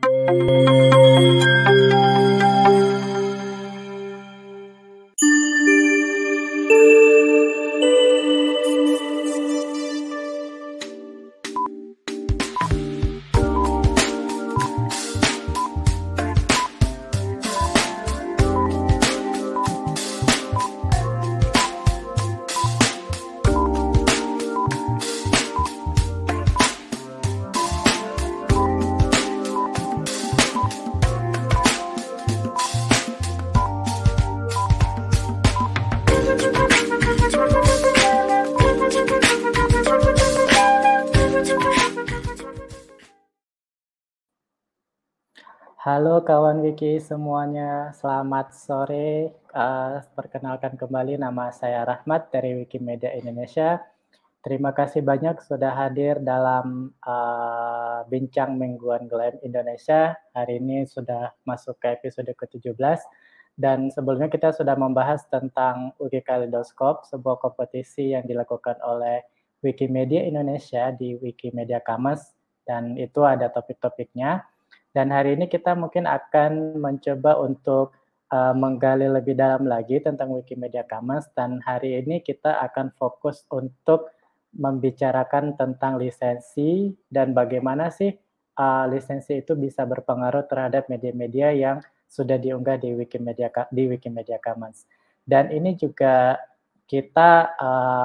Halo kawan Wiki semuanya, selamat sore. Perkenalkan kembali nama saya Rahmat dari Wikimedia Indonesia. Terima kasih banyak sudah hadir dalam Bincang Mingguan GLAM Indonesia. Hari ini sudah masuk ke episode ke-17 dan sebelumnya kita sudah membahas tentang Wiki Kaleidoskop, sebuah kompetisi yang dilakukan oleh Wikimedia Indonesia di Wikimedia Commons dan itu ada topik-topiknya. Dan hari ini kita mungkin akan mencoba untuk menggali lebih dalam lagi tentang Wikimedia Commons dan hari ini kita akan fokus untuk membicarakan tentang lisensi dan bagaimana sih lisensi itu bisa berpengaruh terhadap media-media yang sudah diunggah di Wikimedia Commons. Dan ini juga kita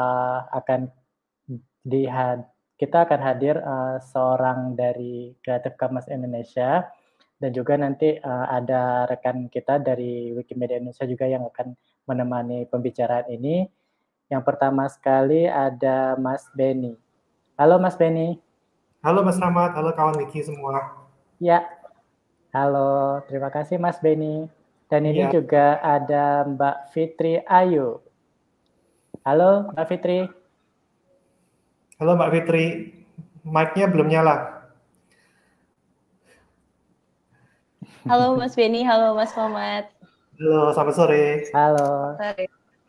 akan hadir seorang dari Creative Commons Indonesia dan juga nanti ada rekan kita dari Wikimedia Indonesia juga yang akan menemani pembicaraan ini. Yang pertama sekali ada Mas Benny. Halo Mas Benny. Halo Mas Rahmat, halo kawan Wiki semua. Ya, halo. Terima kasih Mas Benny. Dan ini Ya. juga ada Mbak Fitri Ayu. Halo Mbak Fitri. Halo Mbak Fitri, mic-nya belum nyala. Halo Mas Benny, halo Mas Muhammad. Halo, selamat sore. Halo. Sore.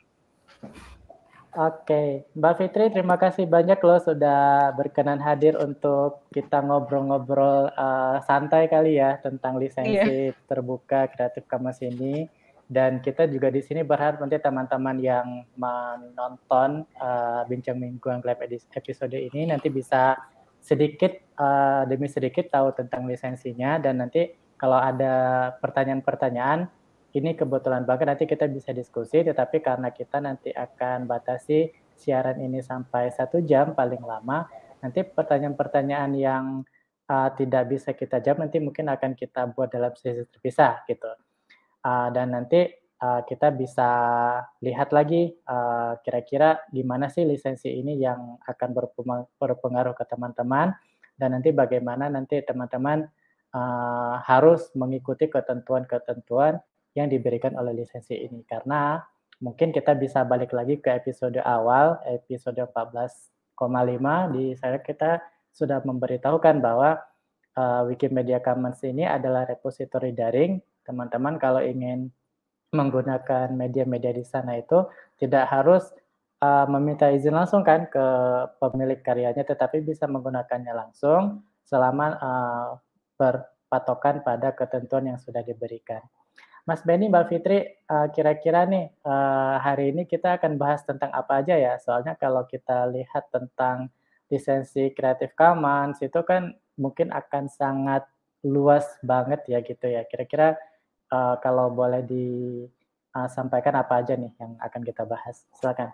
Oke, Mbak Fitri, terima kasih banyak loh sudah berkenan hadir untuk kita ngobrol-ngobrol santai kali ya tentang lisensi terbuka Creative Commons ini. Dan kita juga di sini berharap nanti teman-teman yang menonton Bincang Mingguan GLAM episode ini nanti bisa sedikit demi sedikit tahu tentang lisensinya dan nanti kalau ada pertanyaan-pertanyaan ini kebetulan banget nanti kita bisa diskusi, tetapi karena kita nanti akan batasi siaran ini sampai 1 jam paling lama, nanti pertanyaan-pertanyaan yang tidak bisa kita jawab nanti mungkin akan kita buat dalam sesi terpisah gitu. Dan nanti kita bisa lihat lagi kira-kira gimana sih lisensi ini yang akan berpengaruh ke teman-teman dan nanti bagaimana nanti teman-teman harus mengikuti ketentuan-ketentuan yang diberikan oleh lisensi ini karena mungkin kita bisa balik lagi ke episode awal, episode 14,5 di sana kita sudah memberitahukan bahwa Wikimedia Commons ini adalah repository daring. Teman-teman kalau ingin menggunakan media-media di sana itu tidak harus meminta izin langsung kan ke pemilik karyanya, tetapi bisa menggunakannya langsung selama berpatokan pada ketentuan yang sudah diberikan. Mas Benny, Mbak Fitri, kira-kira nih hari ini kita akan bahas tentang apa aja ya? Soalnya kalau kita lihat tentang lisensi Creative Commons itu kan mungkin akan sangat luas banget ya gitu ya. Kira-kira kalau boleh disampaikan apa aja nih yang akan kita bahas? Silakan.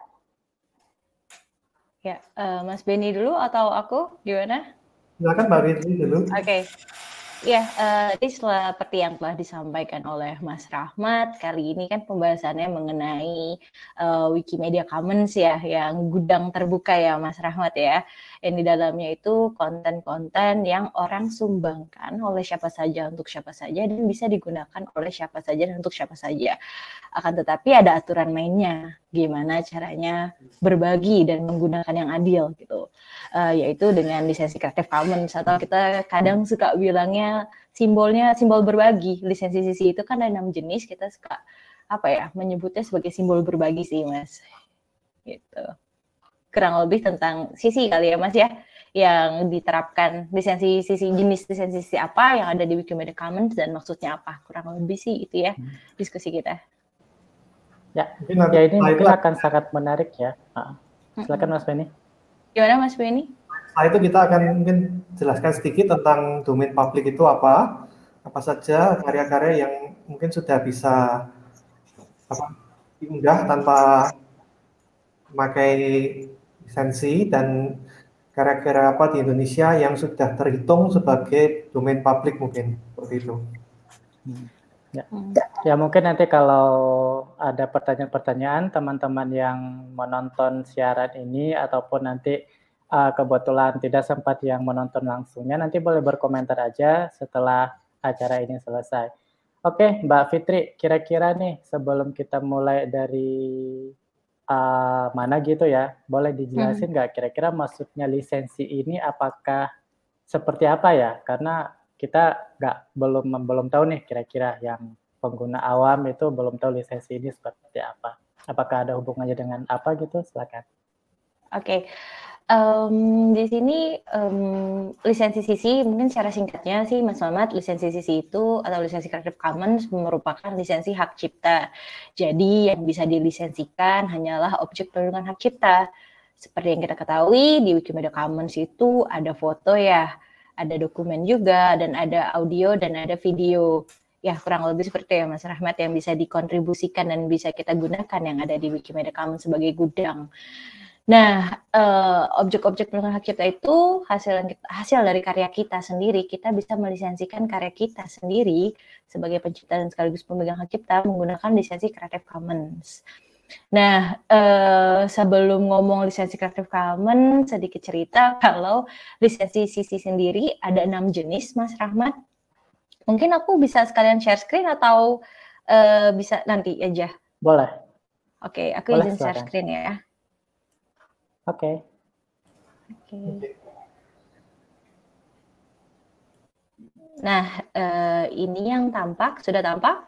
Ya, Mas Benny dulu atau aku? Gimana? Silakan Mbak Fitri dulu. Oke. Ya, tadi seperti yang telah disampaikan oleh Mas Rahmat, kali ini kan pembahasannya mengenai Wikimedia Commons ya, yang gudang terbuka ya Mas Rahmat ya. Yang di dalamnya itu konten-konten yang orang sumbangkan oleh siapa saja untuk siapa saja dan bisa digunakan oleh siapa saja dan untuk siapa saja. Akan tetapi ada aturan mainnya, gimana caranya berbagi dan menggunakan yang adil gitu. Yaitu dengan lisensi Creative Commons atau kita kadang suka bilangnya simbol berbagi. Lisensi CC itu kan ada 6 jenis, kita suka menyebutnya sebagai simbol berbagi sih Mas. Gitu. Kurang lebih tentang CC kali ya Mas ya. yang diterapkan, jenis lisensi sisi apa yang ada di Wikimedia Commons dan maksudnya apa. Kurang lebih sih itu ya diskusi kita. Ya, Mungkin nanti ya ini setelah mungkin itu, akan sangat menarik ya. Silakan Mas Benny. Gimana Mas Benny? setelah itu kita akan mungkin jelaskan sedikit tentang domain publik itu apa saja karya-karya yang mungkin sudah bisa diunggah tanpa memakai lisensi, dan karya-karya apa di Indonesia yang sudah terhitung sebagai domain publik mungkin seperti itu. Ya mungkin nanti kalau ada pertanyaan-pertanyaan teman-teman yang menonton siaran ini ataupun nanti kebetulan tidak sempat yang menonton langsungnya, nanti boleh berkomentar aja setelah acara ini selesai. Oke, Mbak Fitri, kira-kira nih sebelum kita mulai dari mana gitu ya, boleh dijelasin nggak kira-kira maksudnya lisensi ini apakah seperti apa ya? Karena kita belum tahu nih kira-kira yang pengguna awam itu belum tahu lisensi ini seperti apa. Apakah ada hubungannya dengan apa gitu? Silakan. Oke. Di sini lisensi sisi mungkin secara singkatnya sih Mas Mamat, lisensi sisi itu atau lisensi Creative Commons merupakan lisensi hak cipta. Jadi yang bisa dilisensikan hanyalah objek perlindungan hak cipta. Seperti yang kita ketahui di Wikimedia Commons itu ada foto ya, ada dokumen juga, dan ada audio dan ada video. Ya kurang lebih seperti ya Mas Rahmat yang bisa dikontribusikan dan bisa kita gunakan yang ada di Wikimedia Commons sebagai gudang. Nah, objek-objek perlindungan hak cipta itu hasil dari karya kita sendiri. Kita bisa melisensikan karya kita sendiri sebagai pencipta dan sekaligus pemegang hak cipta menggunakan lisensi Creative Commons. Nah, sebelum ngomong lisensi Creative Commons, sedikit cerita kalau lisensi sisi sendiri ada 6 jenis, Mas Rahmat. Mungkin aku bisa sekalian share screen atau bisa nanti aja? Boleh. Oke, aku izin share screen ya. Oke. Nah, ini yang tampak, sudah tampak?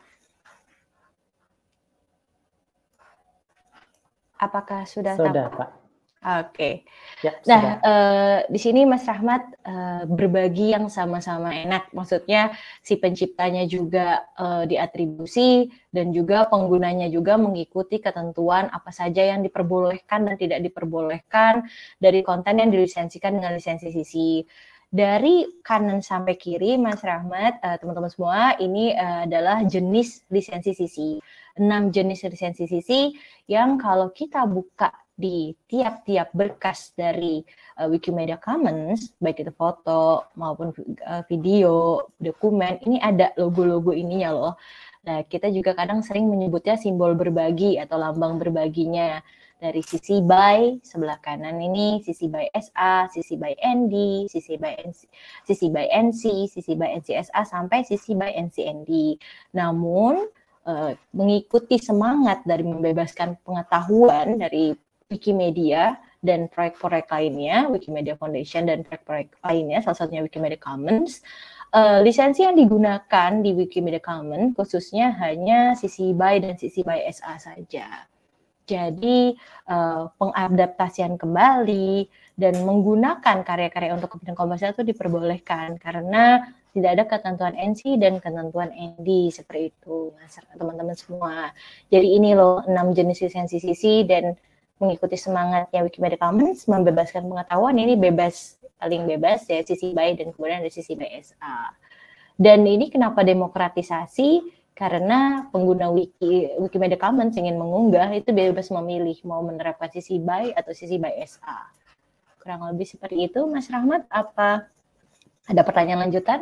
Apakah sudah tampak? Pak. Oke. Ya, nah, di sini Mas Rahmat berbagi yang sama-sama enak. Maksudnya si penciptanya juga diatribusi dan juga penggunanya juga mengikuti ketentuan apa saja yang diperbolehkan dan tidak diperbolehkan dari konten yang dilisensikan dengan lisensi sisi. Dari kanan sampai kiri, Mas Rahmat, teman-teman semua, ini adalah jenis lisensi sisi. 6 jenis lisensi sisi yang kalau kita buka di tiap-tiap berkas dari Wikimedia Commons, baik itu foto maupun video, dokumen, ini ada logo-logo ininya loh. Nah, kita juga kadang sering menyebutnya simbol berbagi atau lambang berbaginya. Dari sisi by sebelah kanan ini, sisi by SA, sisi by ND, sisi by NC, sisi by NC, sisi by NCSA, sampai sisi by NCND. Namun, mengikuti semangat dari membebaskan pengetahuan dari Wikimedia dan proyek-proyek lainnya, Wikimedia Foundation dan proyek-proyek lainnya, salah satunya Wikimedia Commons, lisensi yang digunakan di Wikimedia Commons khususnya hanya sisi BY dan sisi BY SA saja. Jadi pengadaptasian kembali dan menggunakan karya-karya untuk kepentingan komersial itu diperbolehkan karena tidak ada ketentuan NC dan ketentuan ND seperti itu, teman-teman semua. Jadi ini loh 6 jenis lisensi sisi dan mengikuti semangatnya Wikimedia Commons, membebaskan pengetahuan, ini bebas, paling bebas ya sisi BY dan kemudian ada sisi BY SA. Dan ini kenapa demokratisasi? Karena pengguna Wikimedia Commons ingin mengunggah itu bebas memilih mau menerapkan sisi BY atau sisi BY SA. Kurang lebih seperti itu, Mas Rahmat. Apa ada pertanyaan lanjutan?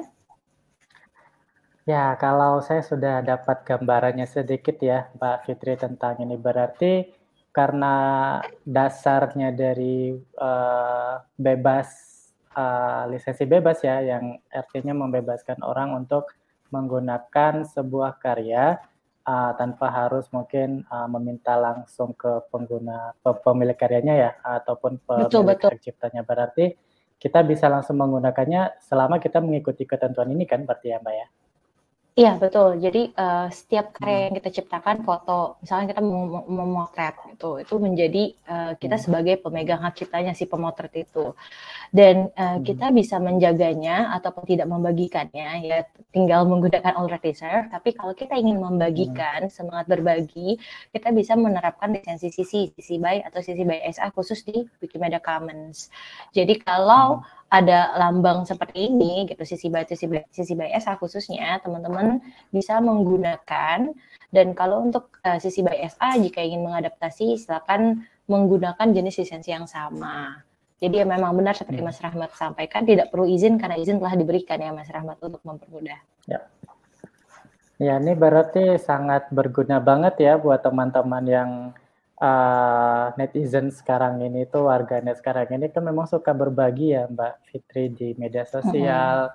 Ya, kalau saya sudah dapat gambarannya sedikit ya, Mbak Fitri, tentang ini. Berarti karena dasarnya dari bebas, lisensi bebas ya, yang artinya membebaskan orang untuk menggunakan sebuah karya tanpa harus mungkin meminta langsung ke pengguna, pemilik karyanya ya, ataupun pemilik hak ciptanya. Berarti kita bisa langsung menggunakannya selama kita mengikuti ketentuan ini kan, berarti ya Mbak ya? Iya betul. Jadi setiap karya Hmm. yang kita ciptakan, foto, misalnya kita memotret gitu, itu menjadi kita sebagai pemegang hak ciptanya si pemotret itu. Dan kita bisa menjaganya ataupun tidak membagikannya, ya tinggal menggunakan all right reserve. Tapi kalau kita ingin membagikan, semangat berbagi, kita bisa menerapkan lisensi CC BY atau CC BY SA khusus di Wikimedia Commons. Jadi kalau ada lambang seperti ini gitu, CC BY SA khususnya, teman-teman bisa menggunakan. Dan kalau untuk CC BY SA, jika ingin mengadaptasi, silakan menggunakan jenis lisensi yang sama. Jadi ya memang benar seperti Mas Rahmat sampaikan, tidak perlu izin karena izin telah diberikan ya Mas Rahmat untuk mempermudah. Ya, ini berarti sangat berguna banget ya buat teman-teman yang netizen sekarang ini tuh, warganet sekarang ini kan memang suka berbagi ya Mbak Fitri di media sosial,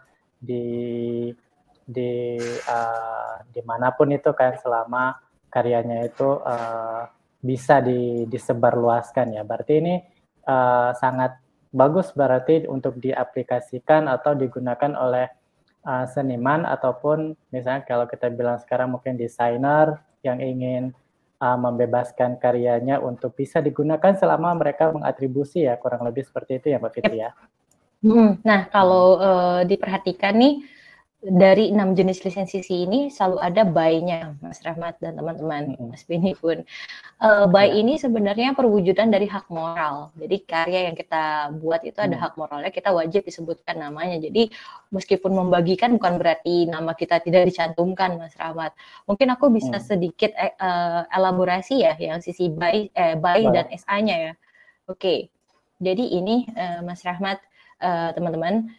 dimanapun itu kan, selama karyanya itu bisa disebarluaskan ya. Berarti ini sangat bagus berarti untuk diaplikasikan atau digunakan oleh seniman ataupun misalnya kalau kita bilang sekarang mungkin desainer yang ingin membebaskan karyanya untuk bisa digunakan selama mereka mengatribusi ya, kurang lebih seperti itu ya Mbak Fitri ya. Nah kalau diperhatikan nih, dari 6 jenis lisensi ini selalu ada by-nya Mas Rahmat dan teman-teman, Mas Beni pun. By ini sebenarnya perwujudan dari hak moral. Jadi karya yang kita buat itu ada hak moralnya, kita wajib disebutkan namanya. Jadi meskipun membagikan bukan berarti nama kita tidak dicantumkan Mas Rahmat. Mungkin aku bisa sedikit elaborasi ya yang sisi by dan SA-nya ya. Oke. Jadi ini Mas Rahmat, teman-teman,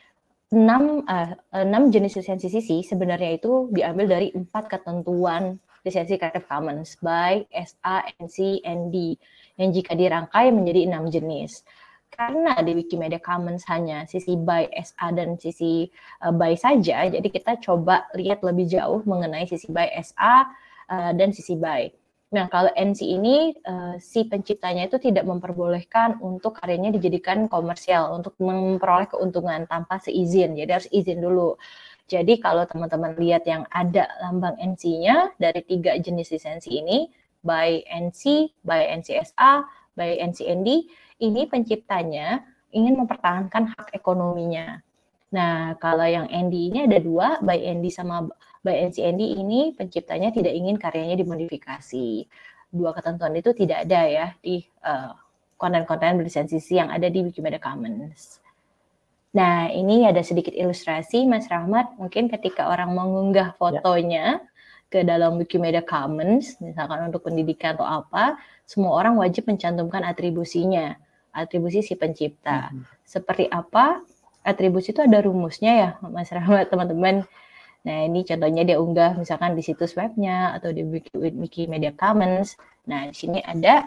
6 jenis lisensi CC sebenarnya itu diambil dari 4 ketentuan lisensi Creative Commons by SA, NC, ND yang jika dirangkai menjadi 6 jenis. Karena di Wikimedia Commons hanya sisi by SA dan sisi by saja, jadi kita coba lihat lebih jauh mengenai sisi by SA dan sisi by. Nah, kalau NC ini si penciptanya itu tidak memperbolehkan untuk karyanya dijadikan komersial untuk memperoleh keuntungan tanpa seizin. Jadi harus izin dulu. Jadi kalau teman-teman lihat yang ada lambang NC-nya dari 3 jenis lisensi ini, by NC, by NCSA, by NCND, ini penciptanya ingin mempertahankan hak ekonominya. Nah, kalau yang ND ini ada 2, by ND sama by NCND ini penciptanya tidak ingin karyanya dimodifikasi. 2 ketentuan itu tidak ada ya di konten-konten berlisensi yang ada di Wikimedia Commons. Nah, ini ada sedikit ilustrasi Mas Rahmat, mungkin ketika orang mengunggah fotonya ke dalam Wikimedia Commons, misalkan untuk pendidikan atau apa, semua orang wajib mencantumkan atribusinya, atribusi si pencipta. Seperti apa? Atribusi itu ada rumusnya ya Mas Rahmat, teman-teman. Nah, ini contohnya dia unggah misalkan di situs webnya atau di Wikimedia Commons. Nah, di sini ada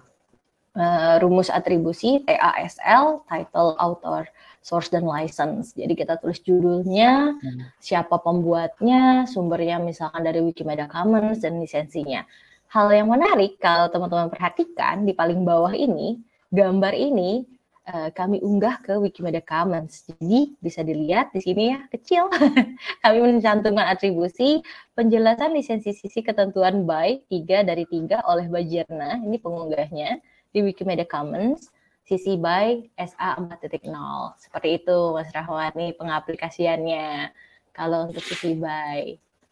rumus atribusi TASL, title, author, source, dan license. Jadi kita tulis judulnya, siapa pembuatnya, sumbernya misalkan dari Wikimedia Commons, dan lisensinya. Hal yang menarik kalau teman-teman perhatikan di paling bawah ini, gambar ini kami unggah ke Wikimedia Commons. Jadi bisa dilihat di sini ya, kecil. Kami mencantumkan atribusi penjelasan lisensi sisi ketentuan by 3 dari 3 oleh Bajerna, ini pengunggahnya, di Wikimedia Commons, sisi by SA 4.0. Seperti itu Mas Rahmat, nih pengaplikasiannya. Kalau untuk sisi by.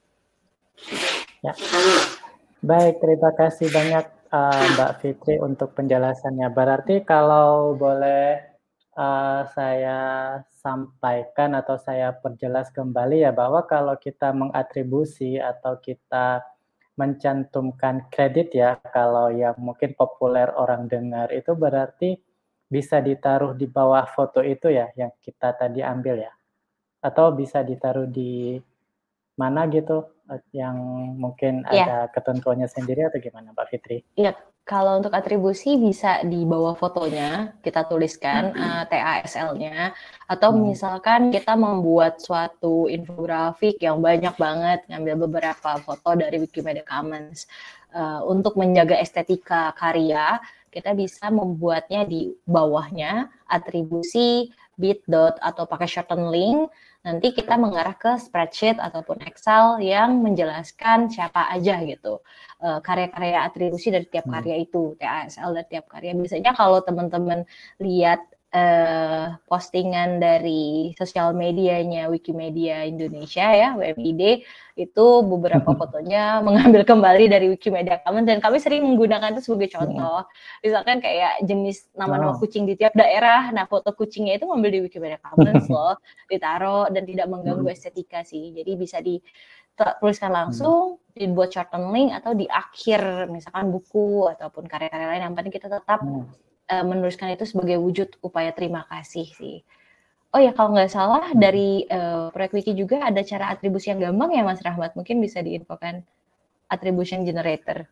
Ya. Baik, terima kasih banyak Mbak Fitri untuk penjelasannya. Berarti kalau boleh saya sampaikan atau saya perjelas kembali ya, bahwa kalau kita mengatribusi atau kita mencantumkan kredit ya, kalau yang mungkin populer orang dengar itu berarti bisa ditaruh di bawah foto itu ya, yang kita tadi ambil ya? Atau bisa ditaruh di mana gitu, yang mungkin ada ketentuannya sendiri atau gimana Mbak Fitri? Iya, kalau untuk atribusi bisa di bawah fotonya kita tuliskan TASL-nya, atau misalkan kita membuat suatu infografik yang banyak banget, ngambil beberapa foto dari Wikimedia Commons. Untuk menjaga estetika karya, kita bisa membuatnya di bawahnya atribusi bit dot atau pakai shorten link nanti kita mengarah ke spreadsheet ataupun Excel yang menjelaskan siapa aja gitu karya-karya atribusi dari tiap karya itu, TASL dari tiap karya. Biasanya kalau teman-teman lihat postingan dari sosial medianya Wikimedia Indonesia ya, WMID, itu beberapa fotonya mengambil kembali dari Wikimedia Commons, dan kami sering menggunakan itu sebagai contoh. Misalkan kayak jenis nama-nama kucing di tiap daerah, nah foto kucingnya itu ngambil di Wikimedia Commons loh, ditaruh dan tidak mengganggu estetika sih. Jadi bisa dituliskan langsung, dibuat shorten link, atau di akhir misalkan buku ataupun karya-karya lain, yang penting kita tetap menuliskan itu sebagai wujud upaya terima kasih sih. Oh ya, kalau nggak salah dari proyek Wiki juga ada cara atribusi yang gampang ya Mas Rahmat, mungkin bisa diinfokan attribution generator.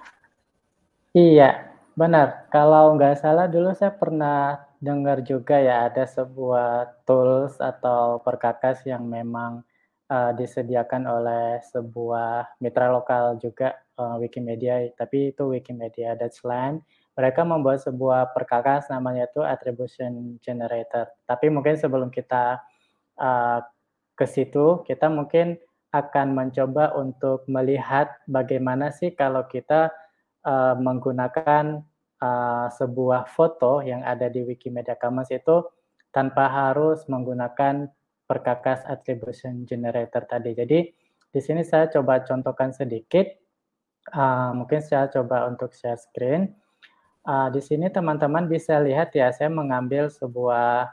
Iya, benar. Kalau nggak salah dulu saya pernah dengar juga ya ada sebuah tools atau perkakas yang memang disediakan oleh sebuah mitra lokal juga Wikimedia, tapi itu Wikimedia Dutchland. Mereka membuat sebuah perkakas namanya itu attribution generator. Tapi mungkin sebelum kita ke situ, kita mungkin akan mencoba untuk melihat bagaimana sih kalau kita menggunakan sebuah foto yang ada di Wikimedia Commons itu tanpa harus menggunakan perkakas attribution generator tadi. Jadi di sini saya coba contohkan sedikit. Mungkin saya coba untuk share screen. Di sini teman-teman bisa lihat ya, saya mengambil sebuah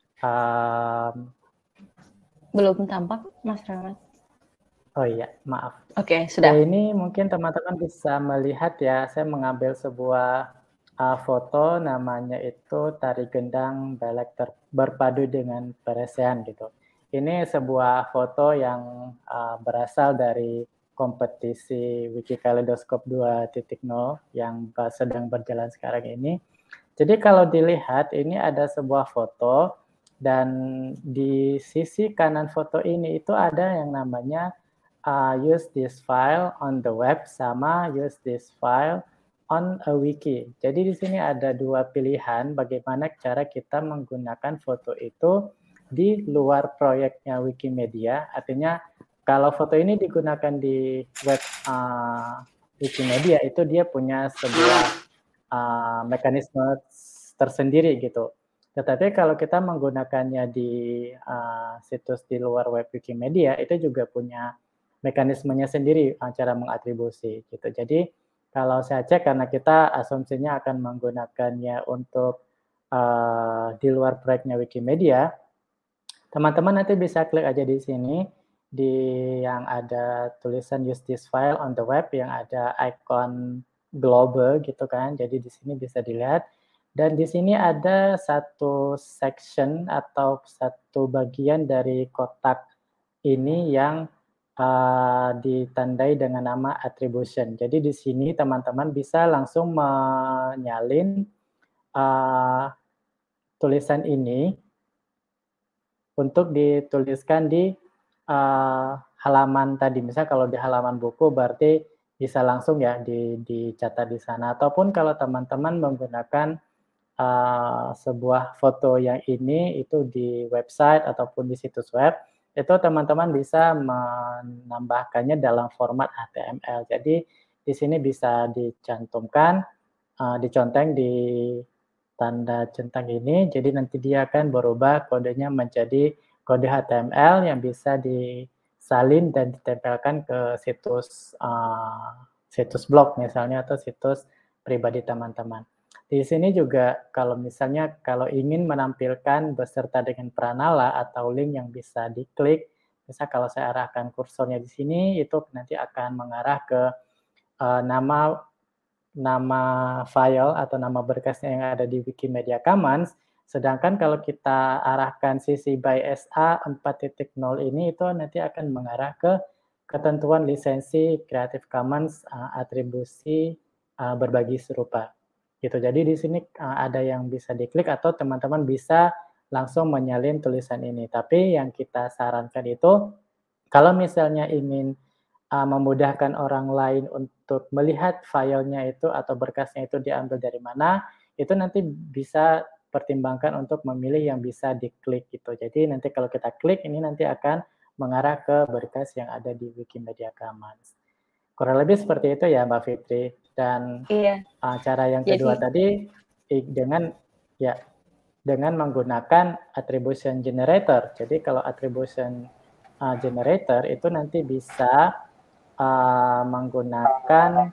belum tampak Mas Rahmat. Oh iya, maaf. Oke, sudah. Ya, ini mungkin teman-teman bisa melihat ya, saya mengambil sebuah foto, namanya itu Tari Gendang Belek Berpadu dengan Peresean gitu. Ini sebuah foto yang berasal dari kompetisi Wikikaleidoskop 2.0 yang sedang berjalan sekarang ini. Jadi kalau dilihat, ini ada sebuah foto, dan di sisi kanan foto ini itu ada yang namanya use this file on the web sama use this file on a wiki. Jadi di sini ada dua pilihan bagaimana cara kita menggunakan foto itu di luar proyeknya Wikimedia. Artinya kalau foto ini digunakan di web Wikimedia, itu dia punya sebuah mekanisme tersendiri gitu. Tetapi kalau kita menggunakannya di situs di luar web Wikimedia, itu juga punya mekanismenya sendiri cara mengatribusi gitu. Jadi kalau saya cek, karena kita asumsinya akan menggunakannya untuk di luar proyeknya Wikimedia, teman-teman nanti bisa klik aja di sini, di yang ada tulisan use this file on the web, yang ada icon globe gitu kan. Jadi di sini bisa dilihat, dan di sini ada satu section atau satu bagian dari kotak ini yang ditandai dengan nama attribution. Jadi di sini teman-teman bisa langsung menyalin tulisan ini untuk dituliskan di halaman tadi. Misalnya kalau di halaman buku berarti bisa langsung ya dicatat di sana. Ataupun kalau teman-teman menggunakan sebuah foto yang ini itu di website ataupun di situs web, itu teman-teman bisa menambahkannya dalam format HTML. Jadi di sini bisa dicantumkan, diconteng di tanda centang ini, jadi nanti dia akan berubah kodenya menjadi kode HTML yang bisa disalin dan ditempelkan ke situs situs blog misalnya, atau situs pribadi teman-teman. Di sini juga kalau misalnya kalau ingin menampilkan beserta dengan pranala atau link yang bisa diklik, misal kalau saya arahkan kursornya di sini, itu nanti akan mengarah ke nama file atau nama berkasnya yang ada di Wikimedia Commons. Sedangkan kalau kita arahkan sisi by SA 4.0 ini, itu nanti akan mengarah ke ketentuan lisensi Creative Commons atribusi berbagi serupa. Gitu. Jadi di sini ada yang bisa diklik atau teman-teman bisa langsung menyalin tulisan ini. Tapi yang kita sarankan itu kalau misalnya ingin memudahkan orang lain untuk melihat filenya itu atau berkasnya itu diambil dari mana, itu nanti bisa pertimbangkan untuk memilih yang bisa diklik gitu. Jadi nanti kalau kita klik ini nanti akan mengarah ke berkas yang ada di Wikimedia Commons. Kurang lebih seperti itu ya Mbak Fitri. Dan Iya. cara yang kedua tadi dengan menggunakan attribution generator. Jadi kalau attribution generator itu nanti bisa menggunakan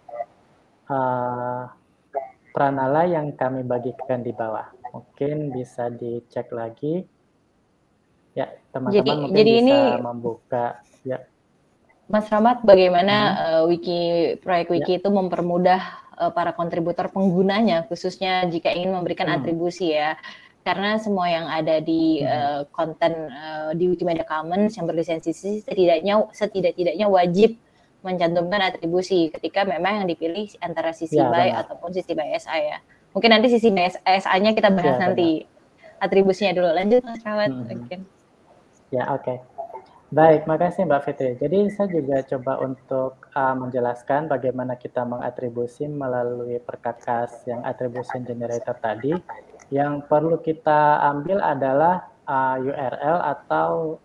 pranala yang kami bagikan di bawah. Mungkin bisa dicek lagi. Ya, teman-teman mungkin bisa ini membuka. Ya. Mas Rahmat, bagaimana proyek Wiki itu mempermudah para kontributor penggunanya, khususnya jika ingin memberikan atribusi ya. Karena semua yang ada di konten di Wikimedia Commons yang berlisensi setidaknya wajib mencantumkan atribusi ketika memang yang dipilih antara sisi BY ataupun sisi BY SA ya. Mungkin nanti sisi BY SA-nya kita bahas nanti. Atribusinya dulu. Lanjut Mas Rahmat mungkin. Ya, oke. Baik, makasih Mbak Fitri. Jadi saya juga coba untuk menjelaskan bagaimana kita mengatribusi melalui perkakas yang attribution generator tadi. Yang perlu kita ambil adalah URL atau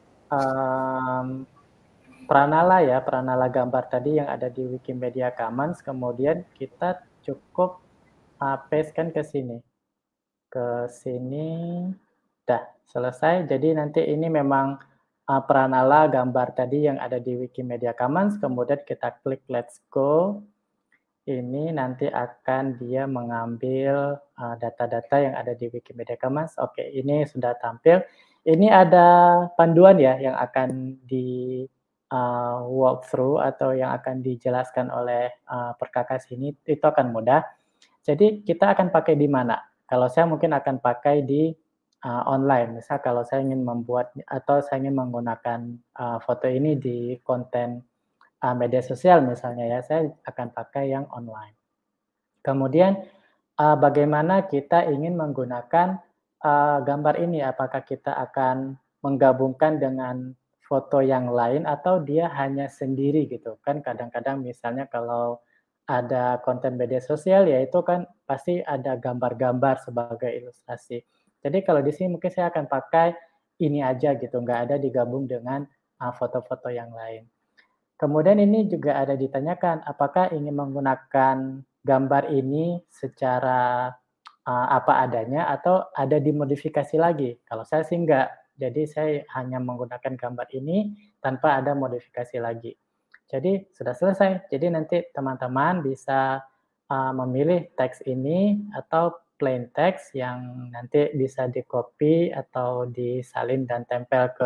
pranala gambar tadi yang ada di Wikimedia Commons. Kemudian kita cukup pastekan ke sini. Ke sini, dah selesai. Jadi nanti ini memang pranala gambar tadi yang ada di Wikimedia Commons, kemudian kita klik Let's Go. Ini nanti akan dia mengambil data-data yang ada di Wikimedia Commons. Oke, ini sudah tampil. Ini ada panduan ya yang akan di walkthrough atau yang akan dijelaskan oleh perkakas ini. Itu akan mudah. Jadi kita akan pakai di mana? Kalau saya mungkin akan pakai di online. Misal kalau saya ingin membuat atau saya ingin menggunakan foto ini di konten media sosial misalnya ya, saya akan pakai yang online. Kemudian bagaimana kita ingin menggunakan gambar ini? Apakah kita akan menggabungkan dengan foto yang lain atau dia hanya sendiri gitu? Kan kadang-kadang misalnya kalau ada konten media sosial ya itu kan pasti ada gambar-gambar sebagai ilustrasi. Jadi kalau di sini mungkin saya akan pakai ini aja gitu, nggak ada digabung dengan foto-foto yang lain. Kemudian ini juga ada ditanyakan, apakah ingin menggunakan gambar ini secara apa adanya atau ada dimodifikasi lagi? Kalau saya sih nggak, jadi saya hanya menggunakan gambar ini tanpa ada modifikasi lagi. Jadi sudah selesai, jadi nanti teman-teman bisa memilih teks ini atau plain text yang nanti bisa di-copy atau disalin dan tempel ke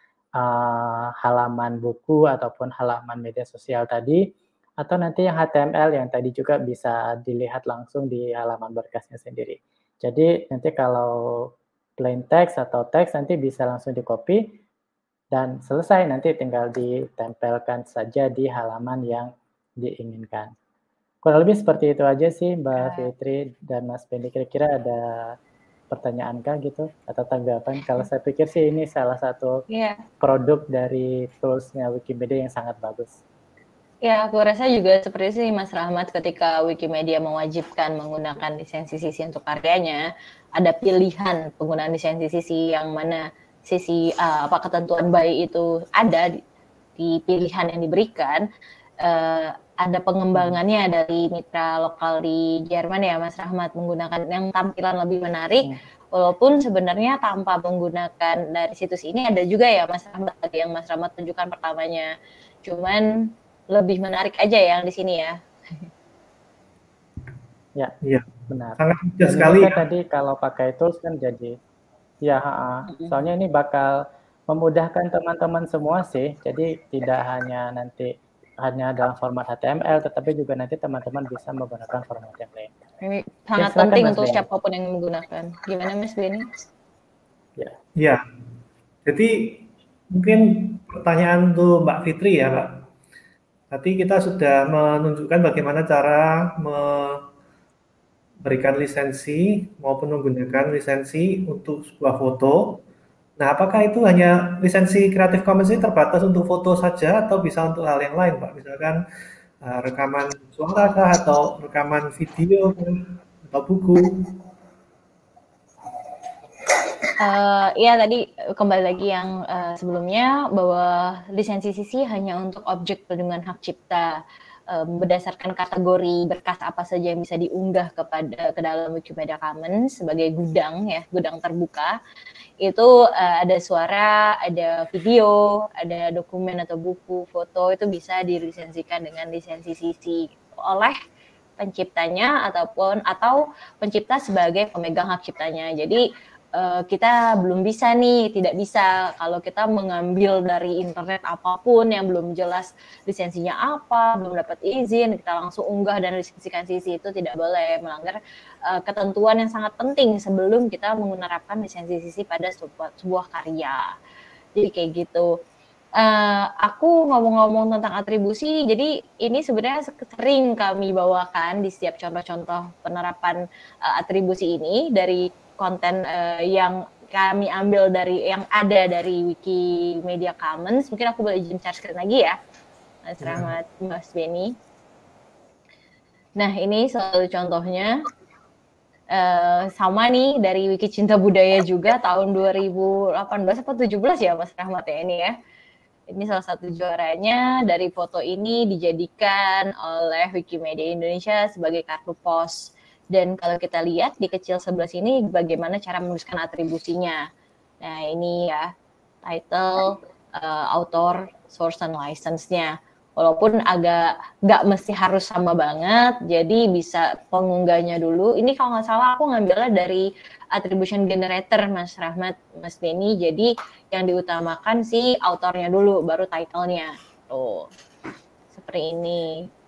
halaman buku ataupun halaman media sosial tadi, atau nanti yang HTML yang tadi juga bisa dilihat langsung di halaman berkasnya sendiri. Jadi nanti kalau plain text atau teks nanti bisa langsung di-copy dan selesai, nanti tinggal ditempelkan saja di halaman yang diinginkan. Kurang lebih seperti itu aja sih Mbak Fitri dan Mas Benny. Kira-kira ada pertanyaan kah gitu atau tanggapan? Kalau saya pikir sih ini salah satu produk dari toolsnya Wikimedia yang sangat bagus. Ya, aku rasa juga seperti sih Mas Rahmat, ketika Wikimedia mewajibkan menggunakan lisensi sisi untuk karyanya, ada pilihan penggunaan lisensi sisi yang mana sisi ketentuan BY itu ada di pilihan yang diberikan. Ada pengembangannya dari mitra lokal di Jerman ya Mas Rahmat, menggunakan yang tampilan lebih menarik, walaupun sebenarnya tanpa menggunakan dari situs ini ada juga ya Mas Rahmat, tadi yang Mas Rahmat tunjukkan pertamanya, cuman lebih menarik aja yang di sini ya. Ya, benar. Sangat mudah sekali ya. Tadi kalau pakai tools kan jadi, soalnya ini bakal memudahkan teman-teman semua sih, jadi tidak hanya nanti hanya dalam format HTML, tetapi juga nanti teman-teman bisa menggunakan format yang lain. Ini sangat penting untuk siapapun yang menggunakan. Gimana Mas Benny? Ya, jadi mungkin pertanyaan untuk Mbak Fitri ya Mbak. Tadi kita sudah menunjukkan bagaimana cara memberikan lisensi maupun menggunakan lisensi untuk sebuah foto. Nah, apakah itu hanya lisensi Creative Commons ini terbatas untuk foto saja atau bisa untuk hal yang lain, Pak? Misalkan rekaman suara kah atau rekaman video atau buku? Ya tadi kembali lagi yang sebelumnya bahwa lisensi CC hanya untuk objek perlindungan hak cipta berdasarkan kategori berkas apa saja yang bisa diunggah ke dalam Wikimedia Commons sebagai gudang ya, gudang terbuka. Itu ada suara, ada video, ada dokumen atau buku, foto itu bisa dilisensikan dengan lisensi CC oleh penciptanya atau pencipta sebagai pemegang hak ciptanya. Jadi kita belum bisa nih, tidak bisa kalau kita mengambil dari internet apapun yang belum jelas lisensinya apa, belum dapat izin, kita langsung unggah dan lisensikan CC, itu tidak boleh, melanggar ketentuan yang sangat penting sebelum kita menerapkan lisensi CC pada sebuah karya. Jadi kayak gitu. Aku ngomong-ngomong tentang atribusi, jadi ini sebenarnya sering kami bawakan di setiap contoh-contoh penerapan atribusi ini dari konten yang kami ambil dari yang ada dari Wikimedia Commons. Mungkin aku boleh izin share screen lagi ya, Mas Rahmat, Mas Beni. Nah, ini satu contohnya. Sama nih dari Wiki Cinta Budaya juga tahun 2018 atau 17 ya Mas Rahmat ya ini ya. Ini salah satu juaranya. Dari foto ini dijadikan oleh Wikimedia Indonesia sebagai kartu pos. Dan kalau kita lihat di kecil sebelah sini bagaimana cara menuliskan atribusinya. Nah ini ya, title, author, source, and license-nya. Walaupun agak nggak mesti harus sama banget, jadi bisa pengunggahnya dulu. Ini kalau nggak salah aku ngambilnya dari attribution generator, Mas Rahmat, Mas Beni. Jadi yang diutamakan si autornya dulu, baru title-nya. Tuh, seperti ini.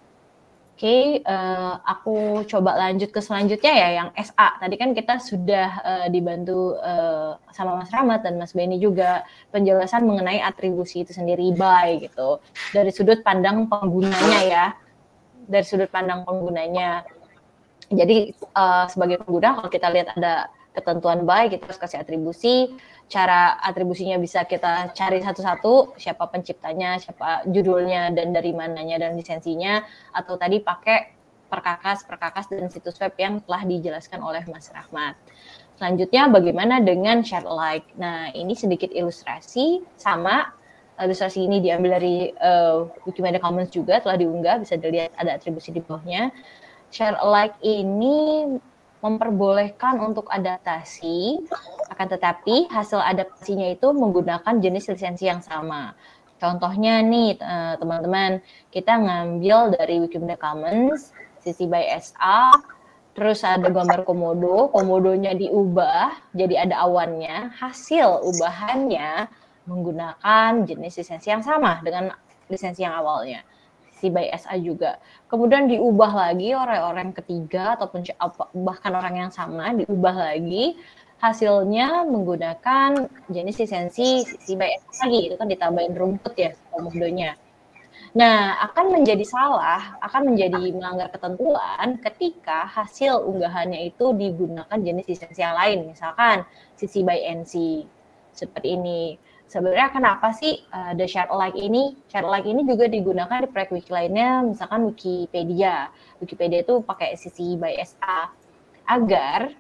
Oke, aku coba lanjut ke selanjutnya ya, yang SA. Tadi kan kita sudah dibantu sama Mas Rahmat dan Mas Beni juga penjelasan mengenai atribusi itu sendiri by gitu. Dari sudut pandang penggunanya ya, dari sudut pandang penggunanya. Jadi sebagai pengguna kalau kita lihat ada ketentuan by, kita harus kasih atribusi. Cara atribusinya bisa kita cari satu-satu, siapa penciptanya, siapa judulnya, dan dari mananya, dan lisensinya, atau tadi pakai perkakas dan situs web yang telah dijelaskan oleh Mas Rahmat. Selanjutnya bagaimana dengan share alike. Nah ini sedikit ilustrasi, sama ilustrasi ini diambil dari Wikimedia Commons juga, telah diunggah, bisa dilihat ada atribusi di bawahnya. Share alike ini memperbolehkan untuk adaptasi, akan tetapi hasil adaptasinya itu menggunakan jenis lisensi yang sama. Contohnya nih teman-teman, kita ngambil dari Wikimedia Commons, CC by SA, terus ada gambar komodonya diubah, jadi ada awannya, hasil ubahannya menggunakan jenis lisensi yang sama dengan lisensi yang awalnya. CC by SA juga. Kemudian diubah lagi oleh orang ketiga ataupun bahkan orang yang sama, diubah lagi, hasilnya menggunakan jenis lisensi CC by SA lagi, itu kan ditambahin rumput ya komodonya. Nah, akan menjadi salah, akan menjadi melanggar ketentuan ketika hasil unggahannya itu digunakan jenis lisensi yang lain, misalkan CC by NC, seperti ini. Sebenarnya kenapa sih ada share alike ini? Share alike ini juga digunakan di proyek wiki lainnya, misalkan Wikipedia. Wikipedia itu pakai CC by SA agar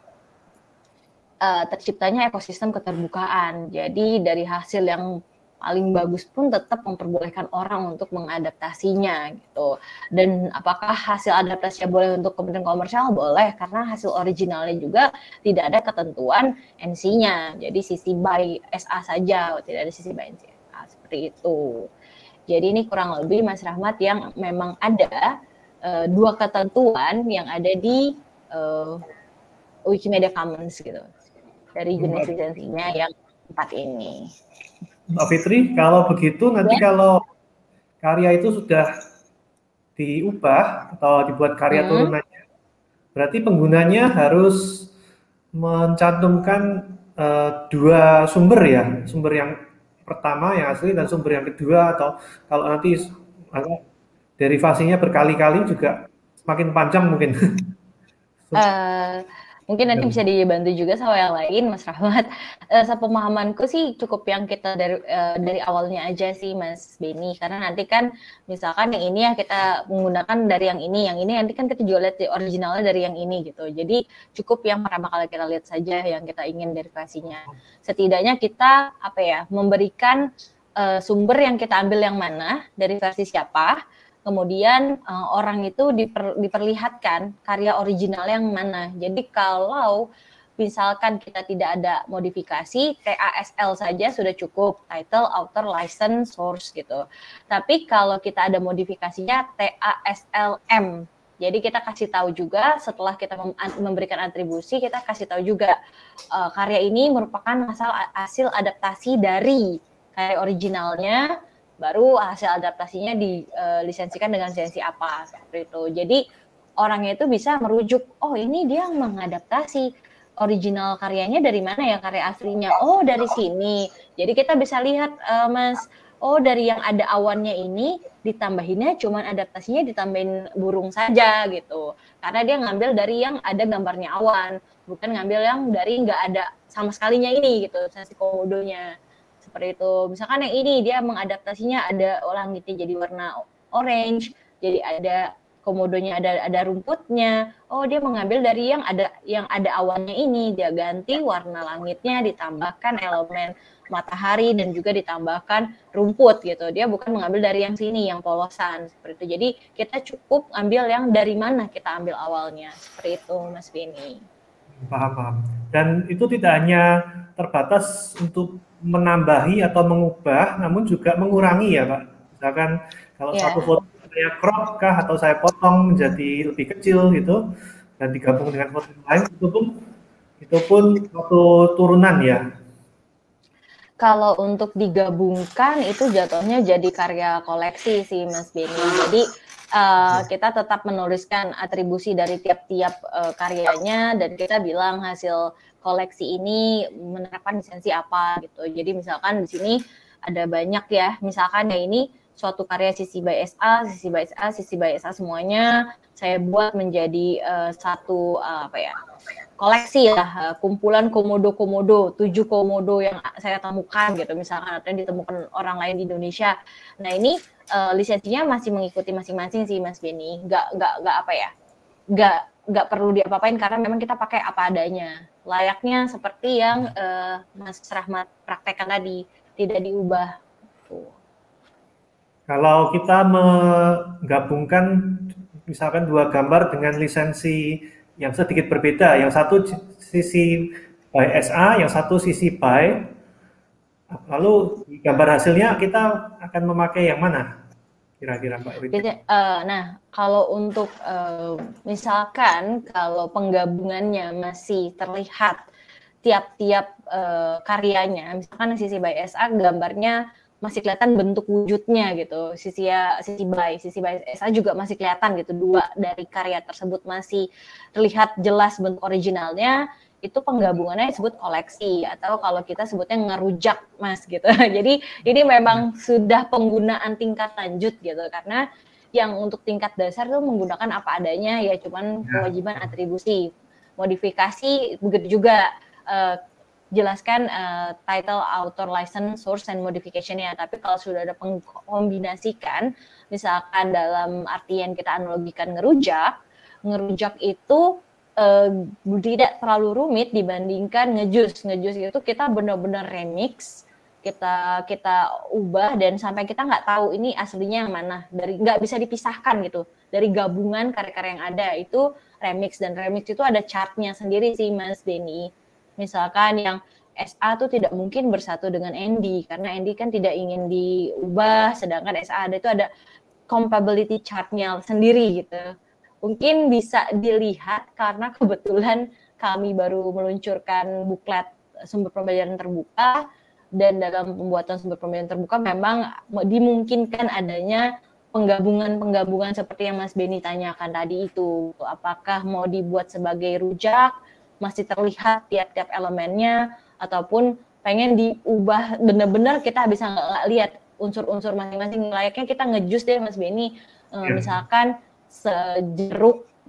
terciptanya ekosistem keterbukaan. Jadi dari hasil yang paling bagus pun tetap memperbolehkan orang untuk mengadaptasinya gitu. Dan apakah hasil adaptasinya boleh untuk kepentingan komersial? Boleh, karena hasil originalnya juga tidak ada ketentuan NC-nya. Jadi CC by SA saja, tidak ada CC by NC. Seperti itu. Jadi ini kurang lebih Mas Rahmat yang memang ada dua ketentuan yang ada di Wikimedia Commons gitu. Dari jenis lisensinya yang 4 ini. Mbak Fitri, kalau begitu nanti kalau karya itu sudah diubah atau dibuat karya turunannya, berarti penggunanya harus mencantumkan dua sumber ya, sumber yang pertama yang asli dan sumber yang kedua, atau kalau nanti derivasinya berkali-kali juga semakin panjang mungkin. Mungkin nanti bisa dibantu juga sama yang lain, Mas Rahmat. Sepemahamanku sih cukup yang kita dari awalnya aja sih, Mas Beni. Karena nanti kan misalkan yang ini ya kita menggunakan dari yang ini nanti kan kita juga lihat originalnya dari yang ini gitu. Jadi cukup yang pertama kali kita lihat saja yang kita ingin derivasinya. Setidaknya kita memberikan sumber yang kita ambil yang mana, dari versi siapa, kemudian orang itu diperlihatkan karya original yang mana. Jadi kalau misalkan kita tidak ada modifikasi, TASL saja sudah cukup, title, author, license, source gitu. Tapi kalau kita ada modifikasinya, TASLM. Jadi kita kasih tahu juga setelah kita memberikan atribusi, kita kasih tahu juga karya ini merupakan hasil adaptasi dari karya originalnya, baru hasil adaptasinya dilisensikan dengan lisensi apa seperti itu. Jadi orangnya itu bisa merujuk, oh ini dia mengadaptasi original karyanya dari mana ya, karya aslinya, oh dari sini. Jadi kita bisa lihat Mas, oh dari yang ada awannya ini ditambahinnya cuman adaptasinya ditambahin burung saja gitu. Karena dia ngambil dari yang ada gambarnya awan, bukan ngambil yang dari nggak ada sama sekalinya ini gitu, sensasi komodonya. Seperti itu. Misalkan yang ini dia mengadaptasinya ada langitnya jadi warna orange, jadi ada komodonya ada rumputnya. Oh, dia mengambil dari yang ada awannya ini, dia ganti warna langitnya, ditambahkan elemen matahari dan juga ditambahkan rumput gitu. Dia bukan mengambil dari yang sini, yang polosan seperti itu. Jadi kita cukup ambil yang dari mana kita ambil awalnya. Seperti itu, Mas Beni. Paham. Dan itu tidak hanya terbatas untuk menambahi atau mengubah, namun juga mengurangi ya Pak. Misalkan kalau satu foto saya crop kah atau saya potong menjadi lebih kecil gitu dan digabung dengan foto lain, itu pun satu turunan ya. Kalau untuk digabungkan itu jatuhnya jadi karya koleksi sih Mas Beni. Jadi kita tetap menuliskan atribusi dari tiap-tiap karyanya dan kita bilang hasil koleksi ini menerapkan lisensi apa gitu. Jadi misalkan di sini ada banyak ya, misalkan ya ini suatu karya CC by SA semuanya saya buat menjadi satu koleksi lah, kumpulan komodo 7 komodo yang saya temukan gitu misalkan, atau yang ditemukan orang lain di Indonesia. Nah ini lisensinya masih mengikuti masing-masing sih Mas Beni, nggak perlu diapa-apain karena memang kita pakai apa adanya, layaknya seperti yang Mas Rahmat praktekkan tadi, tidak diubah. Kalau kita menggabungkan misalkan dua gambar dengan lisensi yang sedikit berbeda, yang satu sisi by SA, yang satu sisi by, lalu gambar hasilnya kita akan memakai yang mana? Kira-kira Mbak Widi. Nah, kalau untuk misalkan kalau penggabungannya masih terlihat tiap-tiap karyanya, misalkan sisi by SA gambarnya masih kelihatan bentuk wujudnya gitu, sisi by SA juga masih kelihatan gitu, dua dari karya tersebut masih terlihat jelas bentuk originalnya, itu penggabungannya disebut koleksi atau kalau kita sebutnya ngerujak Mas gitu. Jadi ini memang sudah penggunaan tingkat lanjut gitu, karena yang untuk tingkat dasar tuh menggunakan apa adanya ya, cuman kewajiban atribusi. Modifikasi begitu juga jelaskan title, author, license, source, and modification-nya. Tapi kalau sudah ada kombinasikan, misalkan dalam artian kita analogikan ngerujak itu tidak terlalu rumit dibandingkan ngejus itu kita benar-benar remix, kita ubah dan sampai kita nggak tahu ini aslinya yang mana, dari nggak bisa dipisahkan gitu dari gabungan karya-karya yang ada. Itu remix, dan remix itu ada chartnya sendiri sih Mas Denny. Misalkan yang SA tuh tidak mungkin bersatu dengan ND karena ND kan tidak ingin diubah, sedangkan SA itu ada compatibility chartnya sendiri gitu. Mungkin bisa dilihat karena kebetulan kami baru meluncurkan buklet sumber pembelajaran terbuka, dan dalam pembuatan sumber pembelajaran terbuka memang dimungkinkan adanya penggabungan seperti yang Mas Beni tanyakan tadi itu. Apakah mau dibuat sebagai rujak, masih terlihat tiap-tiap elemennya, ataupun pengen diubah benar-benar kita bisa nggak lihat unsur-unsur masing-masing, layaknya kita ngejus deh Mas Beni. Misalkan sejeruk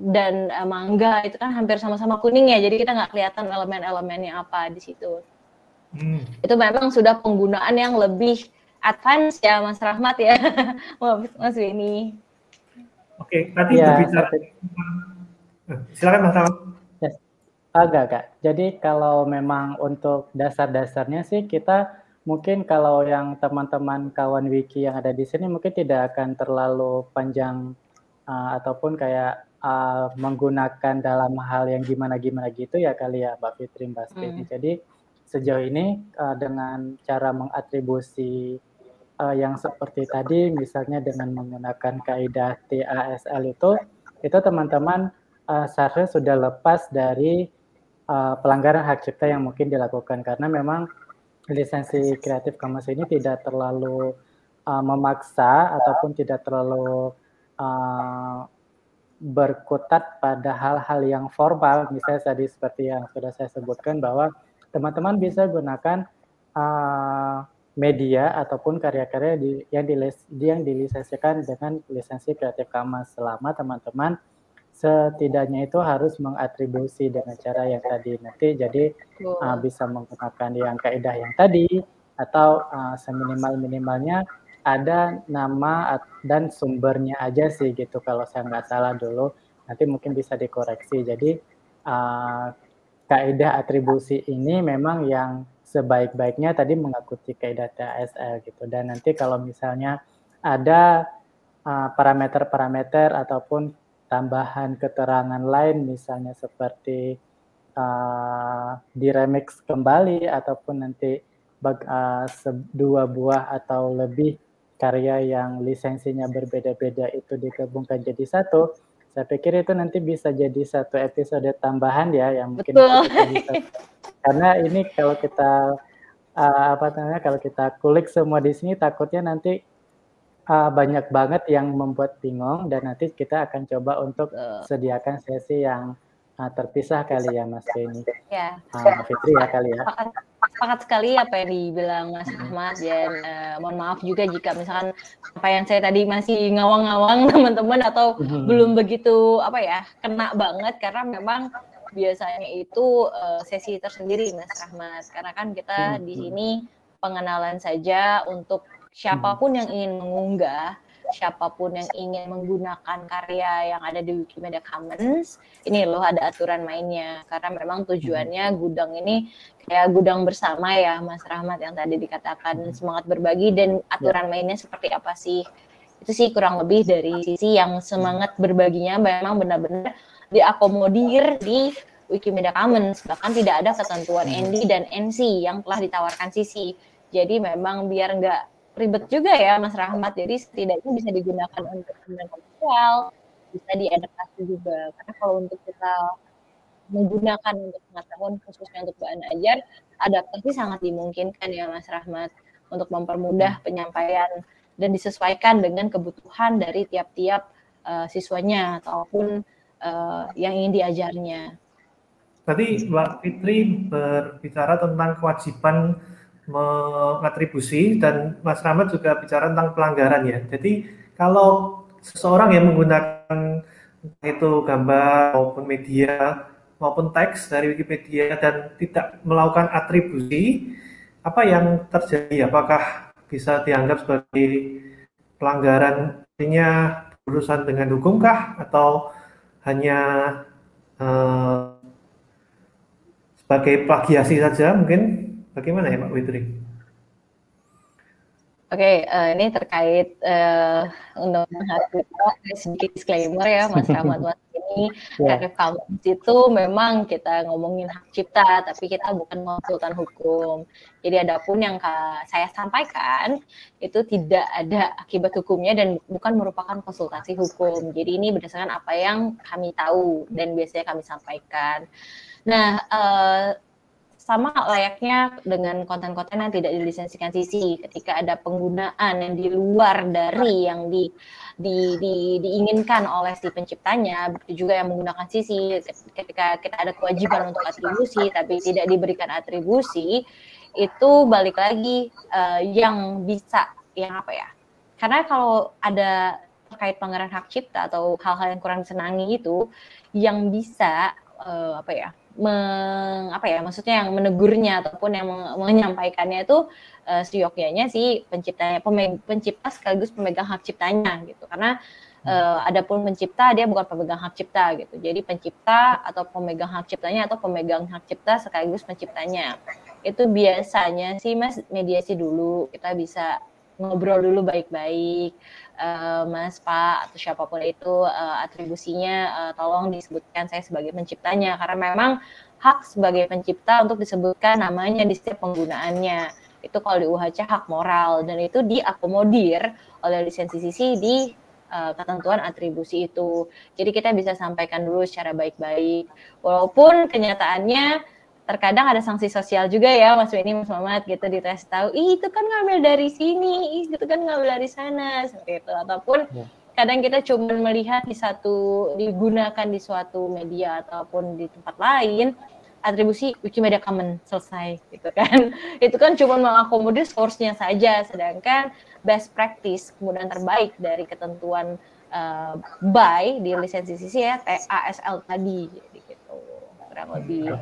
dan mangga itu kan hampir sama-sama kuning ya, jadi kita nggak kelihatan elemen-elemennya apa di situ. Itu memang sudah penggunaan yang lebih advance ya Mas Rahmat ya, Mas Beni. Oke, tadi berbicara. Silakan Mas Rahmat. Yes. Agak. Jadi kalau memang untuk dasar-dasarnya sih kita mungkin kalau yang teman-teman kawan wiki yang ada di sini mungkin tidak akan terlalu panjang ataupun kayak menggunakan dalam hal yang gimana-gimana gitu ya kali ya Mbak Fitri, Mbak Speni. Jadi sejauh ini dengan cara mengatribusi yang seperti tadi misalnya dengan menggunakan kaidah TASL itu teman-teman seharusnya sudah lepas dari pelanggaran hak cipta yang mungkin dilakukan karena memang lisensi Creative Commons ini tidak terlalu memaksa ataupun tidak terlalu berkutat pada hal-hal yang formal, misalnya tadi seperti yang sudah saya sebutkan bahwa teman-teman bisa gunakan media ataupun karya-karya yang dilisensikan dengan lisensi Creative Commons selama teman-teman setidaknya itu harus mengatribusi dengan cara yang tadi nanti jadi bisa menggunakan yang kaidah yang tadi atau seminimal-minimalnya ada nama dan sumbernya aja sih gitu kalau saya nggak salah dulu, nanti mungkin bisa dikoreksi. Jadi kaidah atribusi ini memang yang sebaik-baiknya tadi mengikuti kaidah TASL gitu, dan nanti kalau misalnya ada parameter-parameter ataupun tambahan keterangan lain misalnya seperti diremix kembali ataupun nanti dua buah atau lebih karya yang lisensinya berbeda-beda itu digabungkan jadi satu, saya pikir itu nanti bisa jadi satu episode tambahan ya yang mungkin kita bisa, karena ini kalau kita kalau kita kulik semua di sini takutnya nanti banyak banget yang membuat bingung dan nanti kita akan coba untuk sediakan sesi yang terpisah kali ya Mas Beni. Ya. Fitri ya kali ya. Sepakat sekali apa yang dibilang Mas Ahmad dan mohon maaf juga jika misalkan apa yang saya tadi masih ngawang-ngawang teman-teman atau belum begitu kena banget karena memang biasanya itu sesi tersendiri Mas Ahmad karena kan kita di sini pengenalan saja untuk siapapun yang ingin mengunggah, siapapun yang ingin menggunakan karya yang ada di Wikimedia Commons, ini loh ada aturan mainnya. Karena memang tujuannya gudang ini kayak gudang bersama ya, Mas Rahmat yang tadi dikatakan semangat berbagi dan aturan mainnya seperti apa sih? Itu sih kurang lebih dari sisi yang semangat berbaginya memang benar-benar diakomodir di Wikimedia Commons. Bahkan tidak ada ketentuan ND dan NC yang telah ditawarkan sisi. Jadi memang biar nggak ribet juga ya Mas Rahmat, jadi setidaknya bisa digunakan untuk konten komersial, bisa diadaptasi juga. Karena kalau untuk kita menggunakan untuk pengetahuan khususnya untuk bahan ajar, adaptasi sangat dimungkinkan ya Mas Rahmat untuk mempermudah penyampaian dan disesuaikan dengan kebutuhan dari tiap-tiap siswanya ataupun yang ingin diajarnya. Tadi Mbak Fitri berbicara tentang kewajiban mengatribusi dan Mas Rahmat juga bicara tentang pelanggaran ya. Jadi kalau seseorang yang menggunakan itu gambar maupun media maupun teks dari Wikipedia dan tidak melakukan atribusi, apa yang terjadi? Apakah bisa dianggap sebagai pelanggaran, artinya berurusan dengan hukum kah atau hanya sebagai plagiasi saja mungkin? Bagaimana ya Pak Fitri? Oke, ini terkait undang-undang sedikit disclaimer ya Mas Rahmat. Ini Creative Commons itu memang kita ngomongin hak cipta, tapi kita bukan konsultan hukum. Jadi adapun yang saya sampaikan itu tidak ada akibat hukumnya dan bukan merupakan konsultasi hukum. Jadi ini berdasarkan apa yang kami tahu dan biasanya kami sampaikan. Nah, sama layaknya dengan konten-konten yang tidak dilisensikan sisi, ketika ada penggunaan yang di luar dari yang diinginkan oleh si penciptanya, begitu juga yang menggunakan sisi, ketika kita ada kewajiban untuk atribusi tapi tidak diberikan atribusi, itu balik lagi yang bisa, yang apa ya, karena kalau ada terkait pelanggaran hak cipta atau hal-hal yang kurang disenangi itu, yang bisa maksudnya yang menegurnya ataupun yang menyampaikannya itu seyogyanya si pencipta sekaligus pemegang hak ciptanya gitu. Karena adapun pencipta dia bukan pemegang hak cipta gitu. Jadi pencipta atau pemegang hak ciptanya atau pemegang hak cipta sekaligus penciptanya. Itu biasanya sih Mas mediasi dulu, kita bisa ngobrol dulu baik-baik, Mas, Pak, atau siapapun itu atribusinya tolong disebutkan saya sebagai penciptanya, karena memang hak sebagai pencipta untuk disebutkan namanya di setiap penggunaannya. Itu kalau di UHC hak moral, dan itu diakomodir oleh lisensi sisi di ketentuan atribusi itu. Jadi kita bisa sampaikan dulu secara baik-baik. Walaupun kenyataannya terkadang ada sanksi sosial juga ya Mas Benny, Mas Mamat gitu, dikasih tahu, itu kan ngambil dari sini, itu kan ngambil dari sana, seperti itu. Ataupun kadang kita cuma melihat digunakan di suatu media ataupun di tempat lain, atribusi Wikimedia Commons selesai gitu kan. Itu kan cuma mengakomodir source-nya saja, sedangkan best practice, kemudian terbaik dari ketentuan by di lisensi sisi ya ASL tadi gitu, kurang lebih.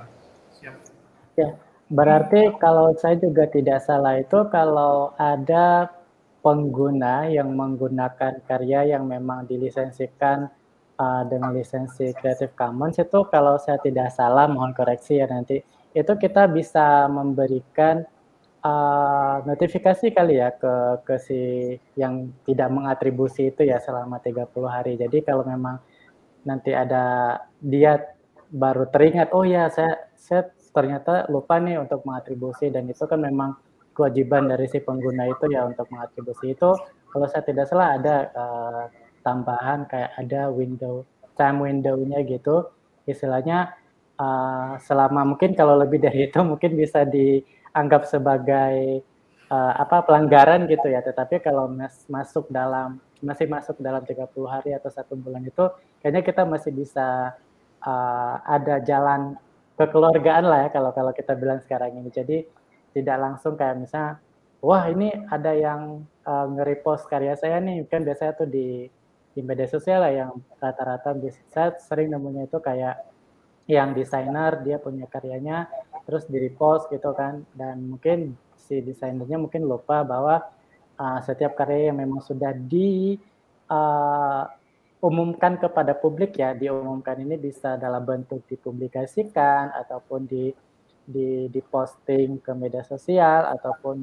Ya, berarti kalau saya juga tidak salah itu kalau ada pengguna yang menggunakan karya yang memang dilisensikan dengan lisensi Creative Commons itu, kalau saya tidak salah, mohon koreksi ya nanti, itu kita bisa memberikan notifikasi kali ya ke si yang tidak mengatribusi itu ya selama 30 hari. Jadi kalau memang nanti ada dia baru teringat, oh ya saya ternyata lupa nih untuk mengatribusi, dan itu kan memang kewajiban dari si pengguna itu ya untuk mengatribusi itu. Kalau saya tidak salah ada tambahan kayak ada time window-nya gitu, istilahnya selama mungkin kalau lebih dari itu mungkin bisa dianggap sebagai pelanggaran gitu ya. Tetapi kalau masih masuk dalam 30 hari atau 1 bulan itu, kayaknya kita masih bisa ada jalan kekeluargaan lah ya kalau kita bilang sekarang ini. Jadi tidak langsung kayak misalnya, wah ini ada yang nge-repost karya saya nih, kan biasanya tuh di media sosial lah yang rata-rata saya sering nemunya itu kayak yang desainer dia punya karyanya terus di-repost gitu kan, dan mungkin si desainernya mungkin lupa bahwa setiap karya yang memang sudah umumkan kepada publik ya, diumumkan ini bisa dalam bentuk dipublikasikan ataupun di posting ke media sosial ataupun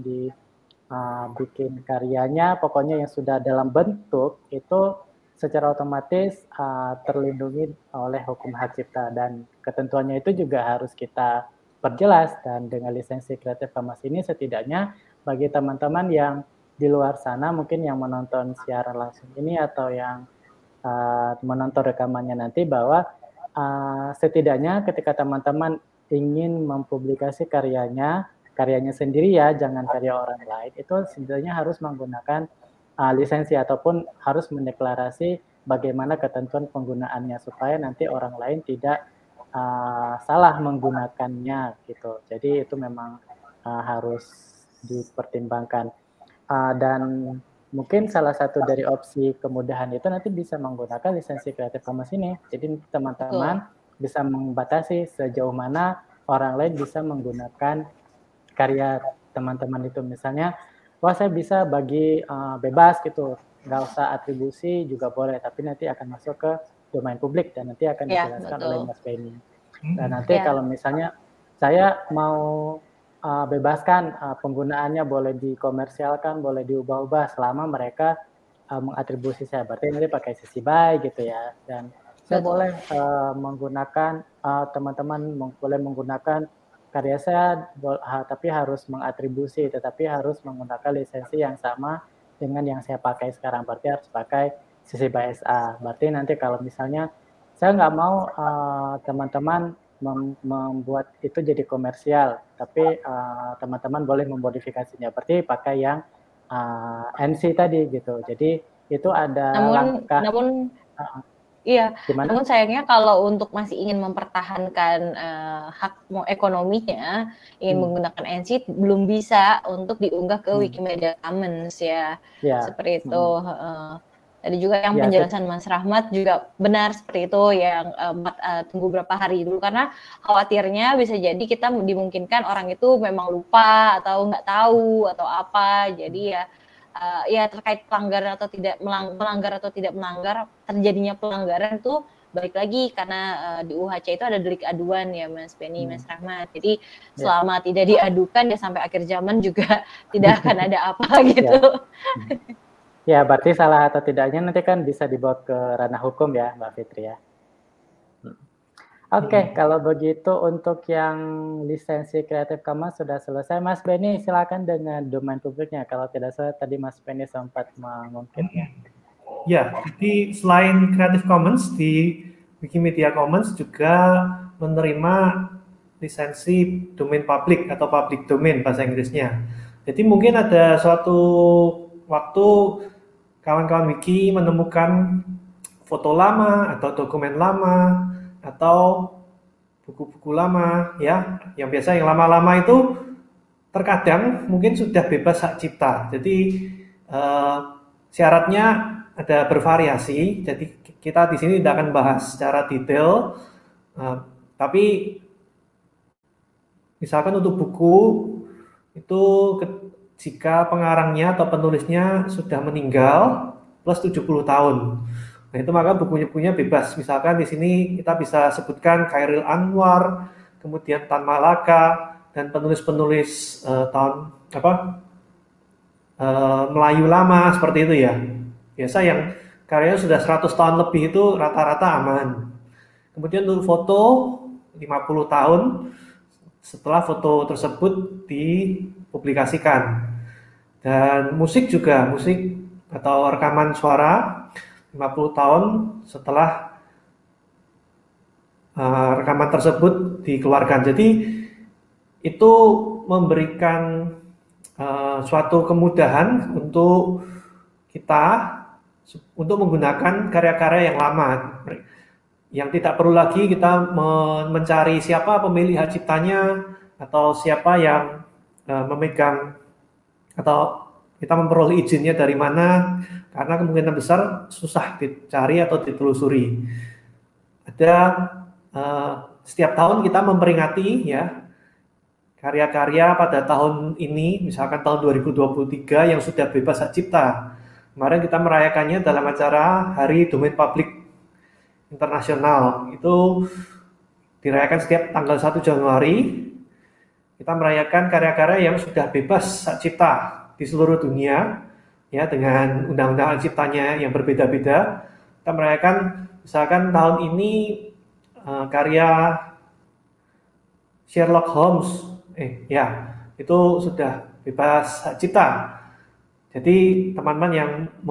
bikin karyanya, pokoknya yang sudah dalam bentuk itu secara otomatis terlindungi oleh hukum hak cipta, dan ketentuannya itu juga harus kita perjelas. Dan dengan lisensi Creative Commons ini setidaknya bagi teman-teman yang di luar sana mungkin yang menonton siaran langsung ini atau yang menonton rekamannya nanti, bahwa setidaknya ketika teman-teman ingin mempublikasi karyanya sendiri ya, jangan karya orang lain, itu setidaknya harus menggunakan lisensi ataupun harus mendeklarasi bagaimana ketentuan penggunaannya supaya nanti orang lain tidak salah menggunakannya gitu. Jadi itu memang harus dipertimbangkan. Dan mungkin salah satu dari opsi kemudahan itu nanti bisa menggunakan lisensi Creative Commons ini. Jadi teman-teman bisa membatasi sejauh mana orang lain bisa menggunakan karya teman-teman itu. Misalnya, wah saya bisa bagi bebas gitu, nggak usah atribusi juga boleh, tapi nanti akan masuk ke domain publik dan nanti akan dijelaskan oleh Mas Benny. Dan nanti kalau misalnya saya mau bebaskan penggunaannya, boleh dikomersialkan, boleh diubah-ubah selama mereka mengatribusi saya. Berarti nanti pakai sisi by gitu ya. Dan saya boleh menggunakan, teman-teman boleh menggunakan karya saya, tapi harus mengatribusi, tetapi harus menggunakan lisensi yang sama dengan yang saya pakai sekarang. Berarti harus pakai sisi by SA. Berarti nanti kalau misalnya saya nggak mau teman-teman membuat itu jadi komersial, tapi teman-teman boleh memodifikasinya, berarti pakai yang NC tadi gitu. Jadi itu ada langkah. Iya, namun sayangnya kalau untuk masih ingin mempertahankan hak ekonominya, ingin menggunakan NC, belum bisa untuk diunggah ke Wikimedia Commons ya, seperti itu. Tadi juga yang penjelasan Mas Rahmat juga benar seperti itu, yang tunggu berapa hari dulu, karena khawatirnya bisa jadi kita dimungkinkan orang itu memang lupa atau nggak tahu atau apa. Jadi ya terkait pelanggaran atau tidak melanggar atau tidak melanggar, terjadinya pelanggaran itu balik lagi karena di UHC itu ada delik aduan ya Mas Benny, Mas Rahmat. Jadi selama tidak diadukan ya sampai akhir zaman juga tidak akan ada apa gitu. Ya, berarti salah atau tidaknya nanti kan bisa dibawa ke ranah hukum ya, Mbak Fitri ya. Oke, kalau begitu untuk yang lisensi Creative Commons sudah selesai. Mas Benny, silakan dengan domain publiknya. Kalau tidak salah tadi Mas Benny sempat mengungkitnya. Ya, jadi selain Creative Commons di Wikimedia Commons juga menerima lisensi domain public atau public domain bahasa Inggrisnya. Jadi mungkin ada suatu waktu kawan-kawan wiki menemukan foto lama atau dokumen lama atau buku-buku lama ya, yang biasa yang lama-lama itu terkadang mungkin sudah bebas hak cipta. Jadi syaratnya ada bervariasi. Jadi kita di sini tidak akan bahas secara detail, tapi misalkan untuk buku itu jika pengarangnya atau penulisnya sudah meninggal plus 70 tahun. Nah, itu maka bukunya bebas. Misalkan di sini kita bisa sebutkan Khairil Anwar, kemudian Tan Malaka, dan penulis-penulis Melayu lama seperti itu ya. Biasa yang karyanya sudah 100 tahun lebih itu rata-rata aman. Kemudian untuk foto 50 tahun setelah foto tersebut dipublikasikan. Dan musik juga, musik atau rekaman suara 50 tahun setelah rekaman tersebut dikeluarkan. Jadi itu memberikan suatu kemudahan untuk kita untuk menggunakan karya-karya yang lama, yang tidak perlu lagi kita mencari siapa pemilik hak ciptanya atau siapa yang memegang atau kita memperoleh izinnya dari mana, karena kemungkinan besar susah dicari atau ditelusuri. Ada setiap tahun kita memperingati ya karya-karya pada tahun ini, misalkan tahun 2023 yang sudah bebas hak cipta. Kemarin kita merayakannya dalam acara Hari Domain Public Internasional. Itu dirayakan setiap tanggal 1 Januari. Kita merayakan karya-karya yang sudah bebas hak cipta di seluruh dunia, ya, dengan undang-undang hak ciptanya yang berbeda-beda. Kita merayakan, misalkan tahun ini karya Sherlock Holmes, itu sudah bebas hak cipta. Jadi teman-teman yang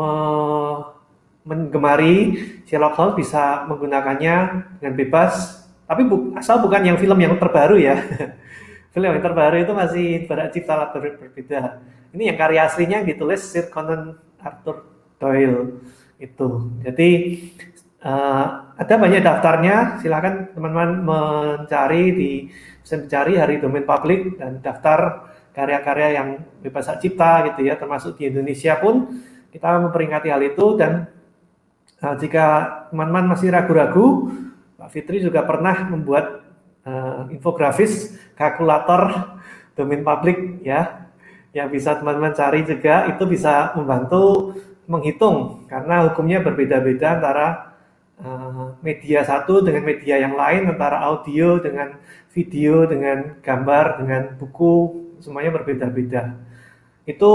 menggemari Sherlock Holmes bisa menggunakannya dengan bebas, tapi asal bukan yang film yang terbaru ya. Film yang terbaru itu masih berhak cipta berbeda. Ini yang karya aslinya yang ditulis Sir Conan Arthur Doyle itu. Jadi ada banyak daftarnya. Silakan teman-teman bisa mencari Hari Domain Public dan daftar karya-karya yang bebas hak cipta gitu ya, termasuk di Indonesia pun kita memperingati hal itu. Dan jika teman-teman masih ragu-ragu, Pak Fitri juga pernah membuat infografis kalkulator domain publik ya, yang bisa teman-teman cari juga. Itu bisa membantu menghitung karena hukumnya berbeda-beda antara media satu dengan media yang lain, antara audio dengan video, dengan gambar, dengan buku, semuanya berbeda-beda. Itu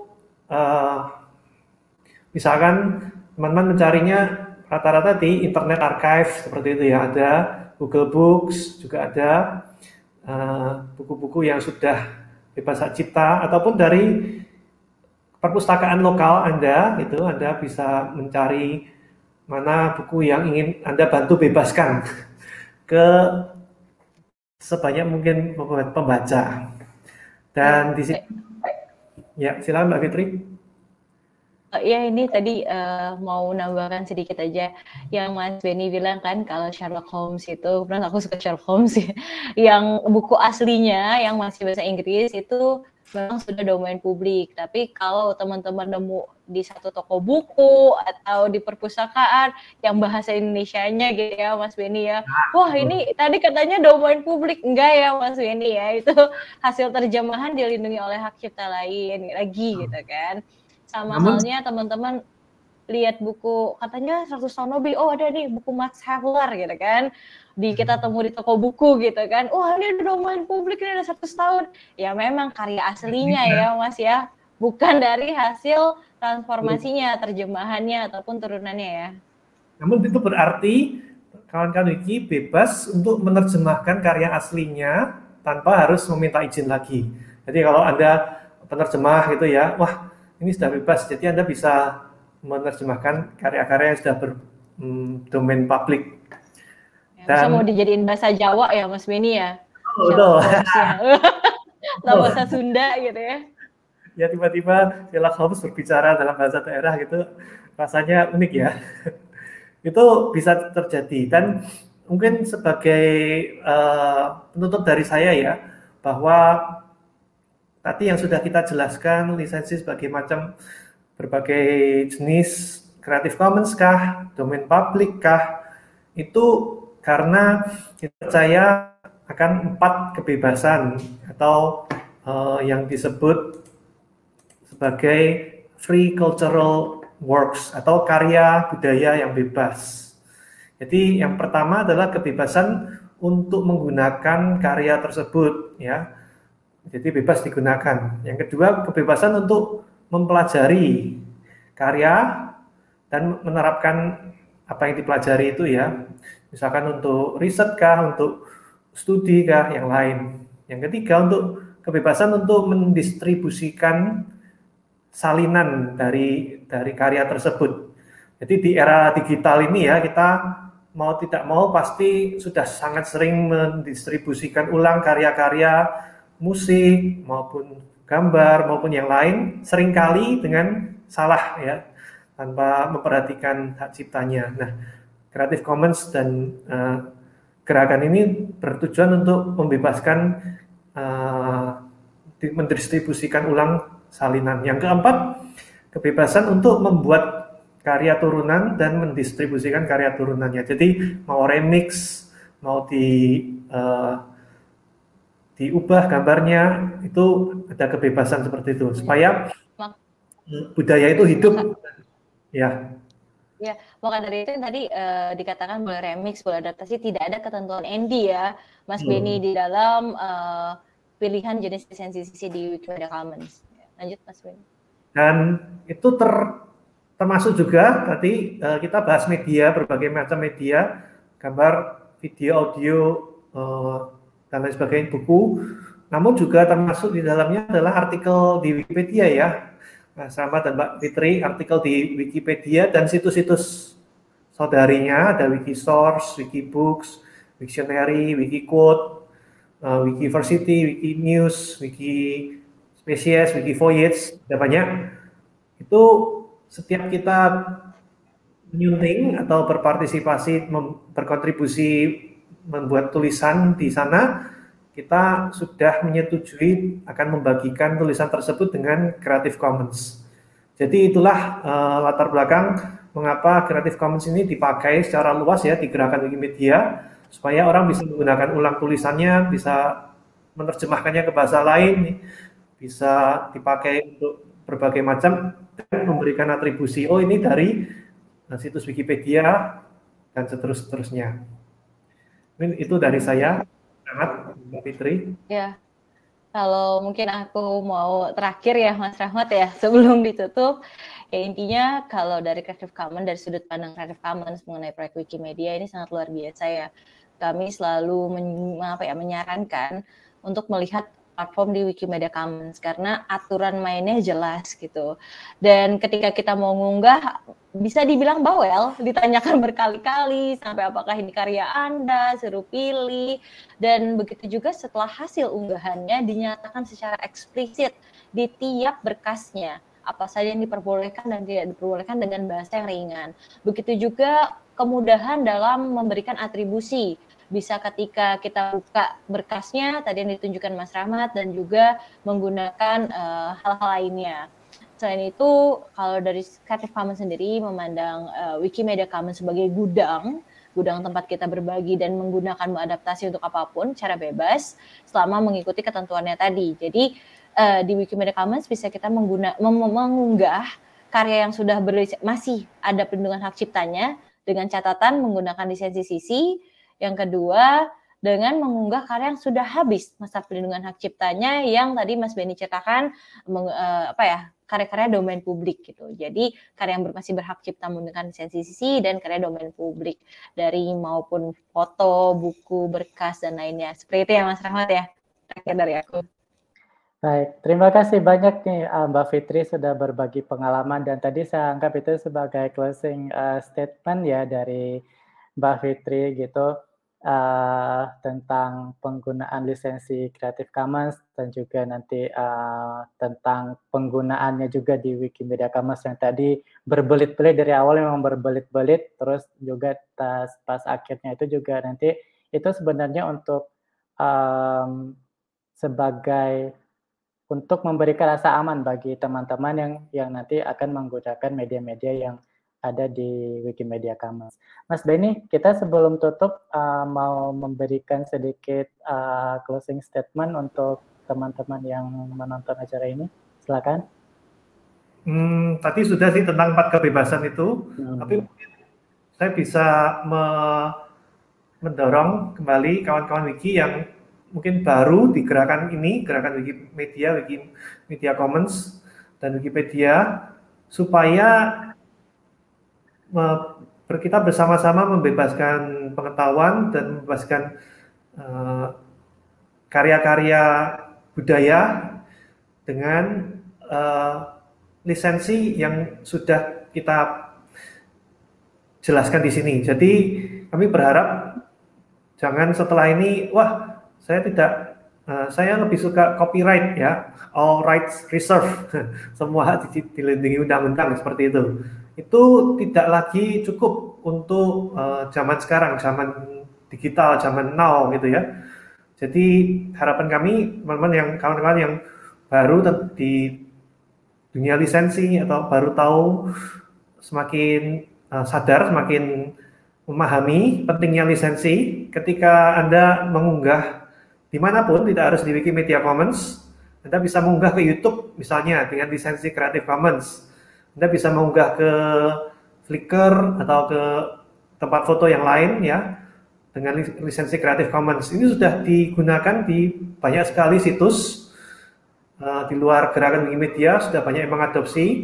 misalkan teman-teman mencarinya rata-rata di Internet Archive seperti itu ya, ada Google Books, juga ada buku-buku yang sudah bebas hak cipta, ataupun dari perpustakaan lokal Anda, itu Anda bisa mencari mana buku yang ingin Anda bantu bebaskan ke sebanyak mungkin pembaca. Dan di sini, ya silakan Mbak Fitri. Ya ini tadi mau nambahkan sedikit aja yang Mas Benny bilang kan, kalau Sherlock Holmes itu, benar aku suka Sherlock Holmes ya, yang buku aslinya yang masih bahasa Inggris itu memang sudah domain publik. Tapi kalau teman-teman nemu di satu toko buku atau di perpustakaan yang bahasa Indonesianya gitu ya Mas Benny ya, wah ini tadi katanya domain publik, enggak ya Mas Benny ya, itu hasil terjemahan dilindungi oleh hak cipta lain lagi gitu kan. Sama halnya teman-teman lihat buku katanya 100 tahun lebih, oh ada nih buku Max Havelaar gitu kan, kita temu di toko buku gitu kan, wah ini ada domain publik, ini ada 100 tahun, ya memang karya aslinya ya Mas ya, bukan dari hasil transformasinya, terjemahannya ataupun turunannya ya. Namun itu berarti kawan-kawan Wiki bebas untuk menerjemahkan karya aslinya tanpa harus meminta izin lagi. Jadi kalau Anda penerjemah gitu ya, wah ini sudah bebas, jadi Anda bisa menerjemahkan karya-karya yang sudah berdomain publik. Bisa mau dijadiin bahasa Jawa ya Mas Benny ya? Betul. Atau bahasa Sunda gitu ya? Ya tiba-tiba Sherlock Holmes berbicara dalam bahasa daerah gitu, rasanya unik ya. Itu bisa terjadi, dan mungkin sebagai penutup dari saya ya, bahwa tadi yang sudah kita jelaskan, lisensi sebagai macam berbagai jenis Creative Commons kah, domain publik kah, itu karena kita percaya akan 4 kebebasan atau yang disebut sebagai free cultural works atau karya budaya yang bebas. Jadi yang pertama adalah kebebasan untuk menggunakan karya tersebut ya. Jadi bebas digunakan. Yang kedua, kebebasan untuk mempelajari karya dan menerapkan apa yang dipelajari itu ya. Misalkan untuk riset kah, untuk studi kah, yang lain. Yang ketiga, untuk kebebasan untuk mendistribusikan salinan dari karya tersebut. Jadi di era digital ini ya, kita mau tidak mau pasti sudah sangat sering mendistribusikan ulang karya-karya musik maupun gambar maupun yang lain, seringkali dengan salah ya, tanpa memperhatikan hak ciptanya. Nah, Creative Commons dan gerakan ini bertujuan untuk membebaskan mendistribusikan ulang salinan. Yang keempat, kebebasan untuk membuat karya turunan dan mendistribusikan karya turunannya. Jadi mau remix, mau diubah gambarnya, itu ada kebebasan seperti itu supaya budaya itu hidup. Ya. Ya, maka dari itu tadi dikatakan boleh remix, boleh adaptasi, tidak ada ketentuan ND ya, Mas Benny, di dalam pilihan jenis lisensi di Wikimedia Commons. Lanjut Mas Benny. Dan itu termasuk juga tadi kita bahas media, berbagai macam media, gambar, video, audio, dan lain sebagainya, buku. Namun juga termasuk di dalamnya adalah artikel di Wikipedia ya. Nah, sama dan Mbak Fitri, artikel di Wikipedia dan situs-situs saudarinya, ada Wikisource, Wikibooks, Wiktionary, Wikiquote, Wikiversity, Wikinews, Wikispecies, Wikivoyage, ada banyak. Itu setiap kita menyunting atau berpartisipasi, berkontribusi membuat tulisan di sana, kita sudah menyetujui akan membagikan tulisan tersebut dengan Creative Commons. Jadi itulah latar belakang mengapa Creative Commons ini dipakai secara luas ya di gerakan Wikimedia, supaya orang bisa menggunakan ulang tulisannya, bisa menerjemahkannya ke bahasa lain, bisa dipakai untuk berbagai macam, dan memberikan atribusi, oh ini dari situs Wikipedia, dan seterusnya. Itu dari saya. Mbak Fitri. Ya, kalau mungkin aku mau terakhir ya Mas Rahmat ya, sebelum ditutup, ya intinya kalau dari Creative Commons, dari sudut pandang Creative Commons mengenai proyek Wikimedia ini sangat luar biasa ya. Kami selalu menyarankan untuk melihat platform di Wikimedia Commons karena aturan mainnya jelas gitu. Dan ketika kita mau ngunggah bisa dibilang bawel, ditanyakan berkali-kali sampai apakah ini karya Anda, suruh pilih, dan begitu juga setelah hasil unggahannya dinyatakan secara eksplisit di tiap berkasnya apa saja yang diperbolehkan dan tidak diperbolehkan dengan bahasa yang ringan. Begitu juga kemudahan dalam memberikan atribusi bisa ketika kita buka berkasnya tadi yang ditunjukkan Mas Rahmat dan juga menggunakan hal-hal lainnya. Selain itu, kalau dari Creative Commons sendiri memandang Wikimedia Commons sebagai gudang tempat kita berbagi dan menggunakan mengadaptasi untuk apapun secara bebas selama mengikuti ketentuannya tadi. Jadi di Wikimedia Commons bisa kita mengunggah karya yang sudah masih ada perlindungan hak ciptanya dengan catatan menggunakan lisensi CC. Yang kedua, dengan mengunggah karya yang sudah habis masa perlindungan hak ciptanya yang tadi Mas Benny ceritakan karya-karya domain publik gitu. Jadi karya yang masih berhak cipta menggunakan lisensi CC dan karya domain publik dari maupun foto, buku, berkas dan lainnya. Seperti itu ya Mas Rahmat ya. Terakhir dari aku. Baik, terima kasih banyak nih Mbak Fitri sudah berbagi pengalaman dan tadi saya anggap itu sebagai closing statement ya dari Mbak Fitri gitu. Tentang penggunaan lisensi Creative Commons dan juga nanti tentang penggunaannya juga di Wikimedia Commons yang tadi berbelit-belit dari awal memang berbelit-belit terus juga pas akhirnya itu juga nanti itu sebenarnya untuk sebagai untuk memberikan rasa aman bagi teman-teman yang nanti akan menggunakan media-media yang ada di Wikimedia Commons. Mas Benny, kita sebelum tutup mau memberikan sedikit closing statement untuk teman-teman yang menonton acara ini. Silakan. Tadi sudah sih tentang 4 kebebasan itu, tapi mungkin saya bisa mendorong kembali kawan-kawan Wiki yang mungkin baru di gerakan ini, gerakan Wikimedia Commons dan Wikipedia, supaya kita bersama-sama membebaskan pengetahuan dan membebaskan karya-karya budaya dengan lisensi yang sudah kita jelaskan di sini. Jadi kami berharap jangan setelah ini, saya lebih suka copyright ya, all rights reserved, semua dilindungi undang-undang seperti itu. Itu tidak lagi cukup untuk zaman sekarang, zaman digital, zaman now gitu ya. Jadi harapan kami teman-teman yang kawan-kawan yang baru di dunia lisensi atau baru tahu semakin sadar, semakin memahami pentingnya lisensi ketika Anda mengunggah dimanapun, tidak harus di Wikimedia Commons. Anda bisa mengunggah ke YouTube misalnya dengan lisensi Creative Commons. Anda bisa mengunggah ke Flickr atau ke tempat foto yang lain ya dengan lisensi Creative Commons. Ini sudah digunakan di banyak sekali situs di luar gerakan Wikimedia, sudah banyak yang mengadopsi.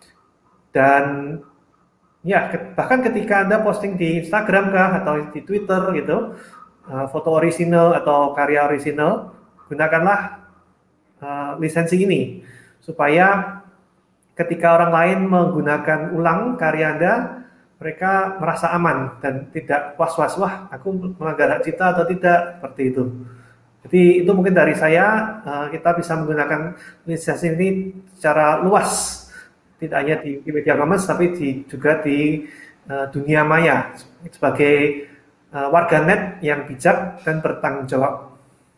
Dan ya, bahkan ketika Anda posting di Instagram kah atau di Twitter gitu, foto orisinal atau karya orisinal, gunakanlah lisensi ini supaya ketika orang lain menggunakan ulang karya Anda, mereka merasa aman dan tidak was-was, wah aku melanggar hak cipta atau tidak, seperti itu. Jadi itu mungkin dari saya, kita bisa menggunakan lisensi ini secara luas, tidak hanya di Wikimedia Commons tapi juga di dunia maya sebagai warganet yang bijak dan bertanggung jawab.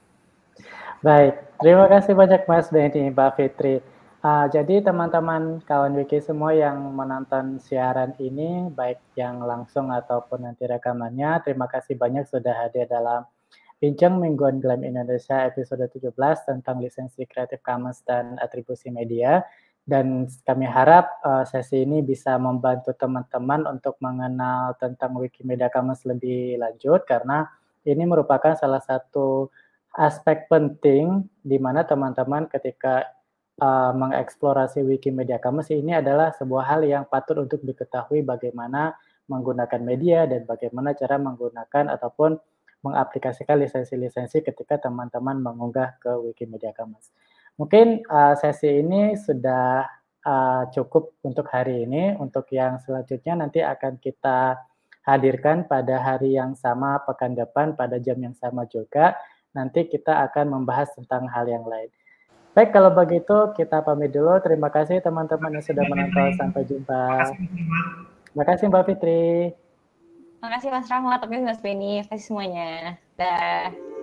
Baik, terima kasih banyak Mas Benny, Mbak Fitri. Jadi teman-teman kawan Wiki semua yang menonton siaran ini, baik yang langsung ataupun nanti rekamannya, terima kasih banyak sudah hadir dalam Bincang Mingguan Glam Indonesia episode 17 tentang lisensi Creative Commons dan atribusi media. Dan kami harap sesi ini bisa membantu teman-teman untuk mengenal tentang Wikimedia Commons lebih lanjut, karena ini merupakan salah satu aspek penting di mana teman-teman ketika mengeksplorasi Wikimedia Commons ini adalah sebuah hal yang patut untuk diketahui bagaimana menggunakan media dan bagaimana cara menggunakan ataupun mengaplikasikan lisensi-lisensi ketika teman-teman mengunggah ke Wikimedia Commons. Mungkin sesi ini sudah cukup untuk hari ini. Untuk yang selanjutnya nanti akan kita hadirkan pada hari yang sama pekan depan pada jam yang sama juga. Nanti kita akan membahas tentang hal yang lain. Baik, kalau begitu kita pamit dulu. Terima kasih teman-teman yang sudah menonton. Sampai jumpa. Terima kasih Mbak Fitri. Makasih Mas Rahmat, makasih Mas Beni, makasih semuanya. Dah.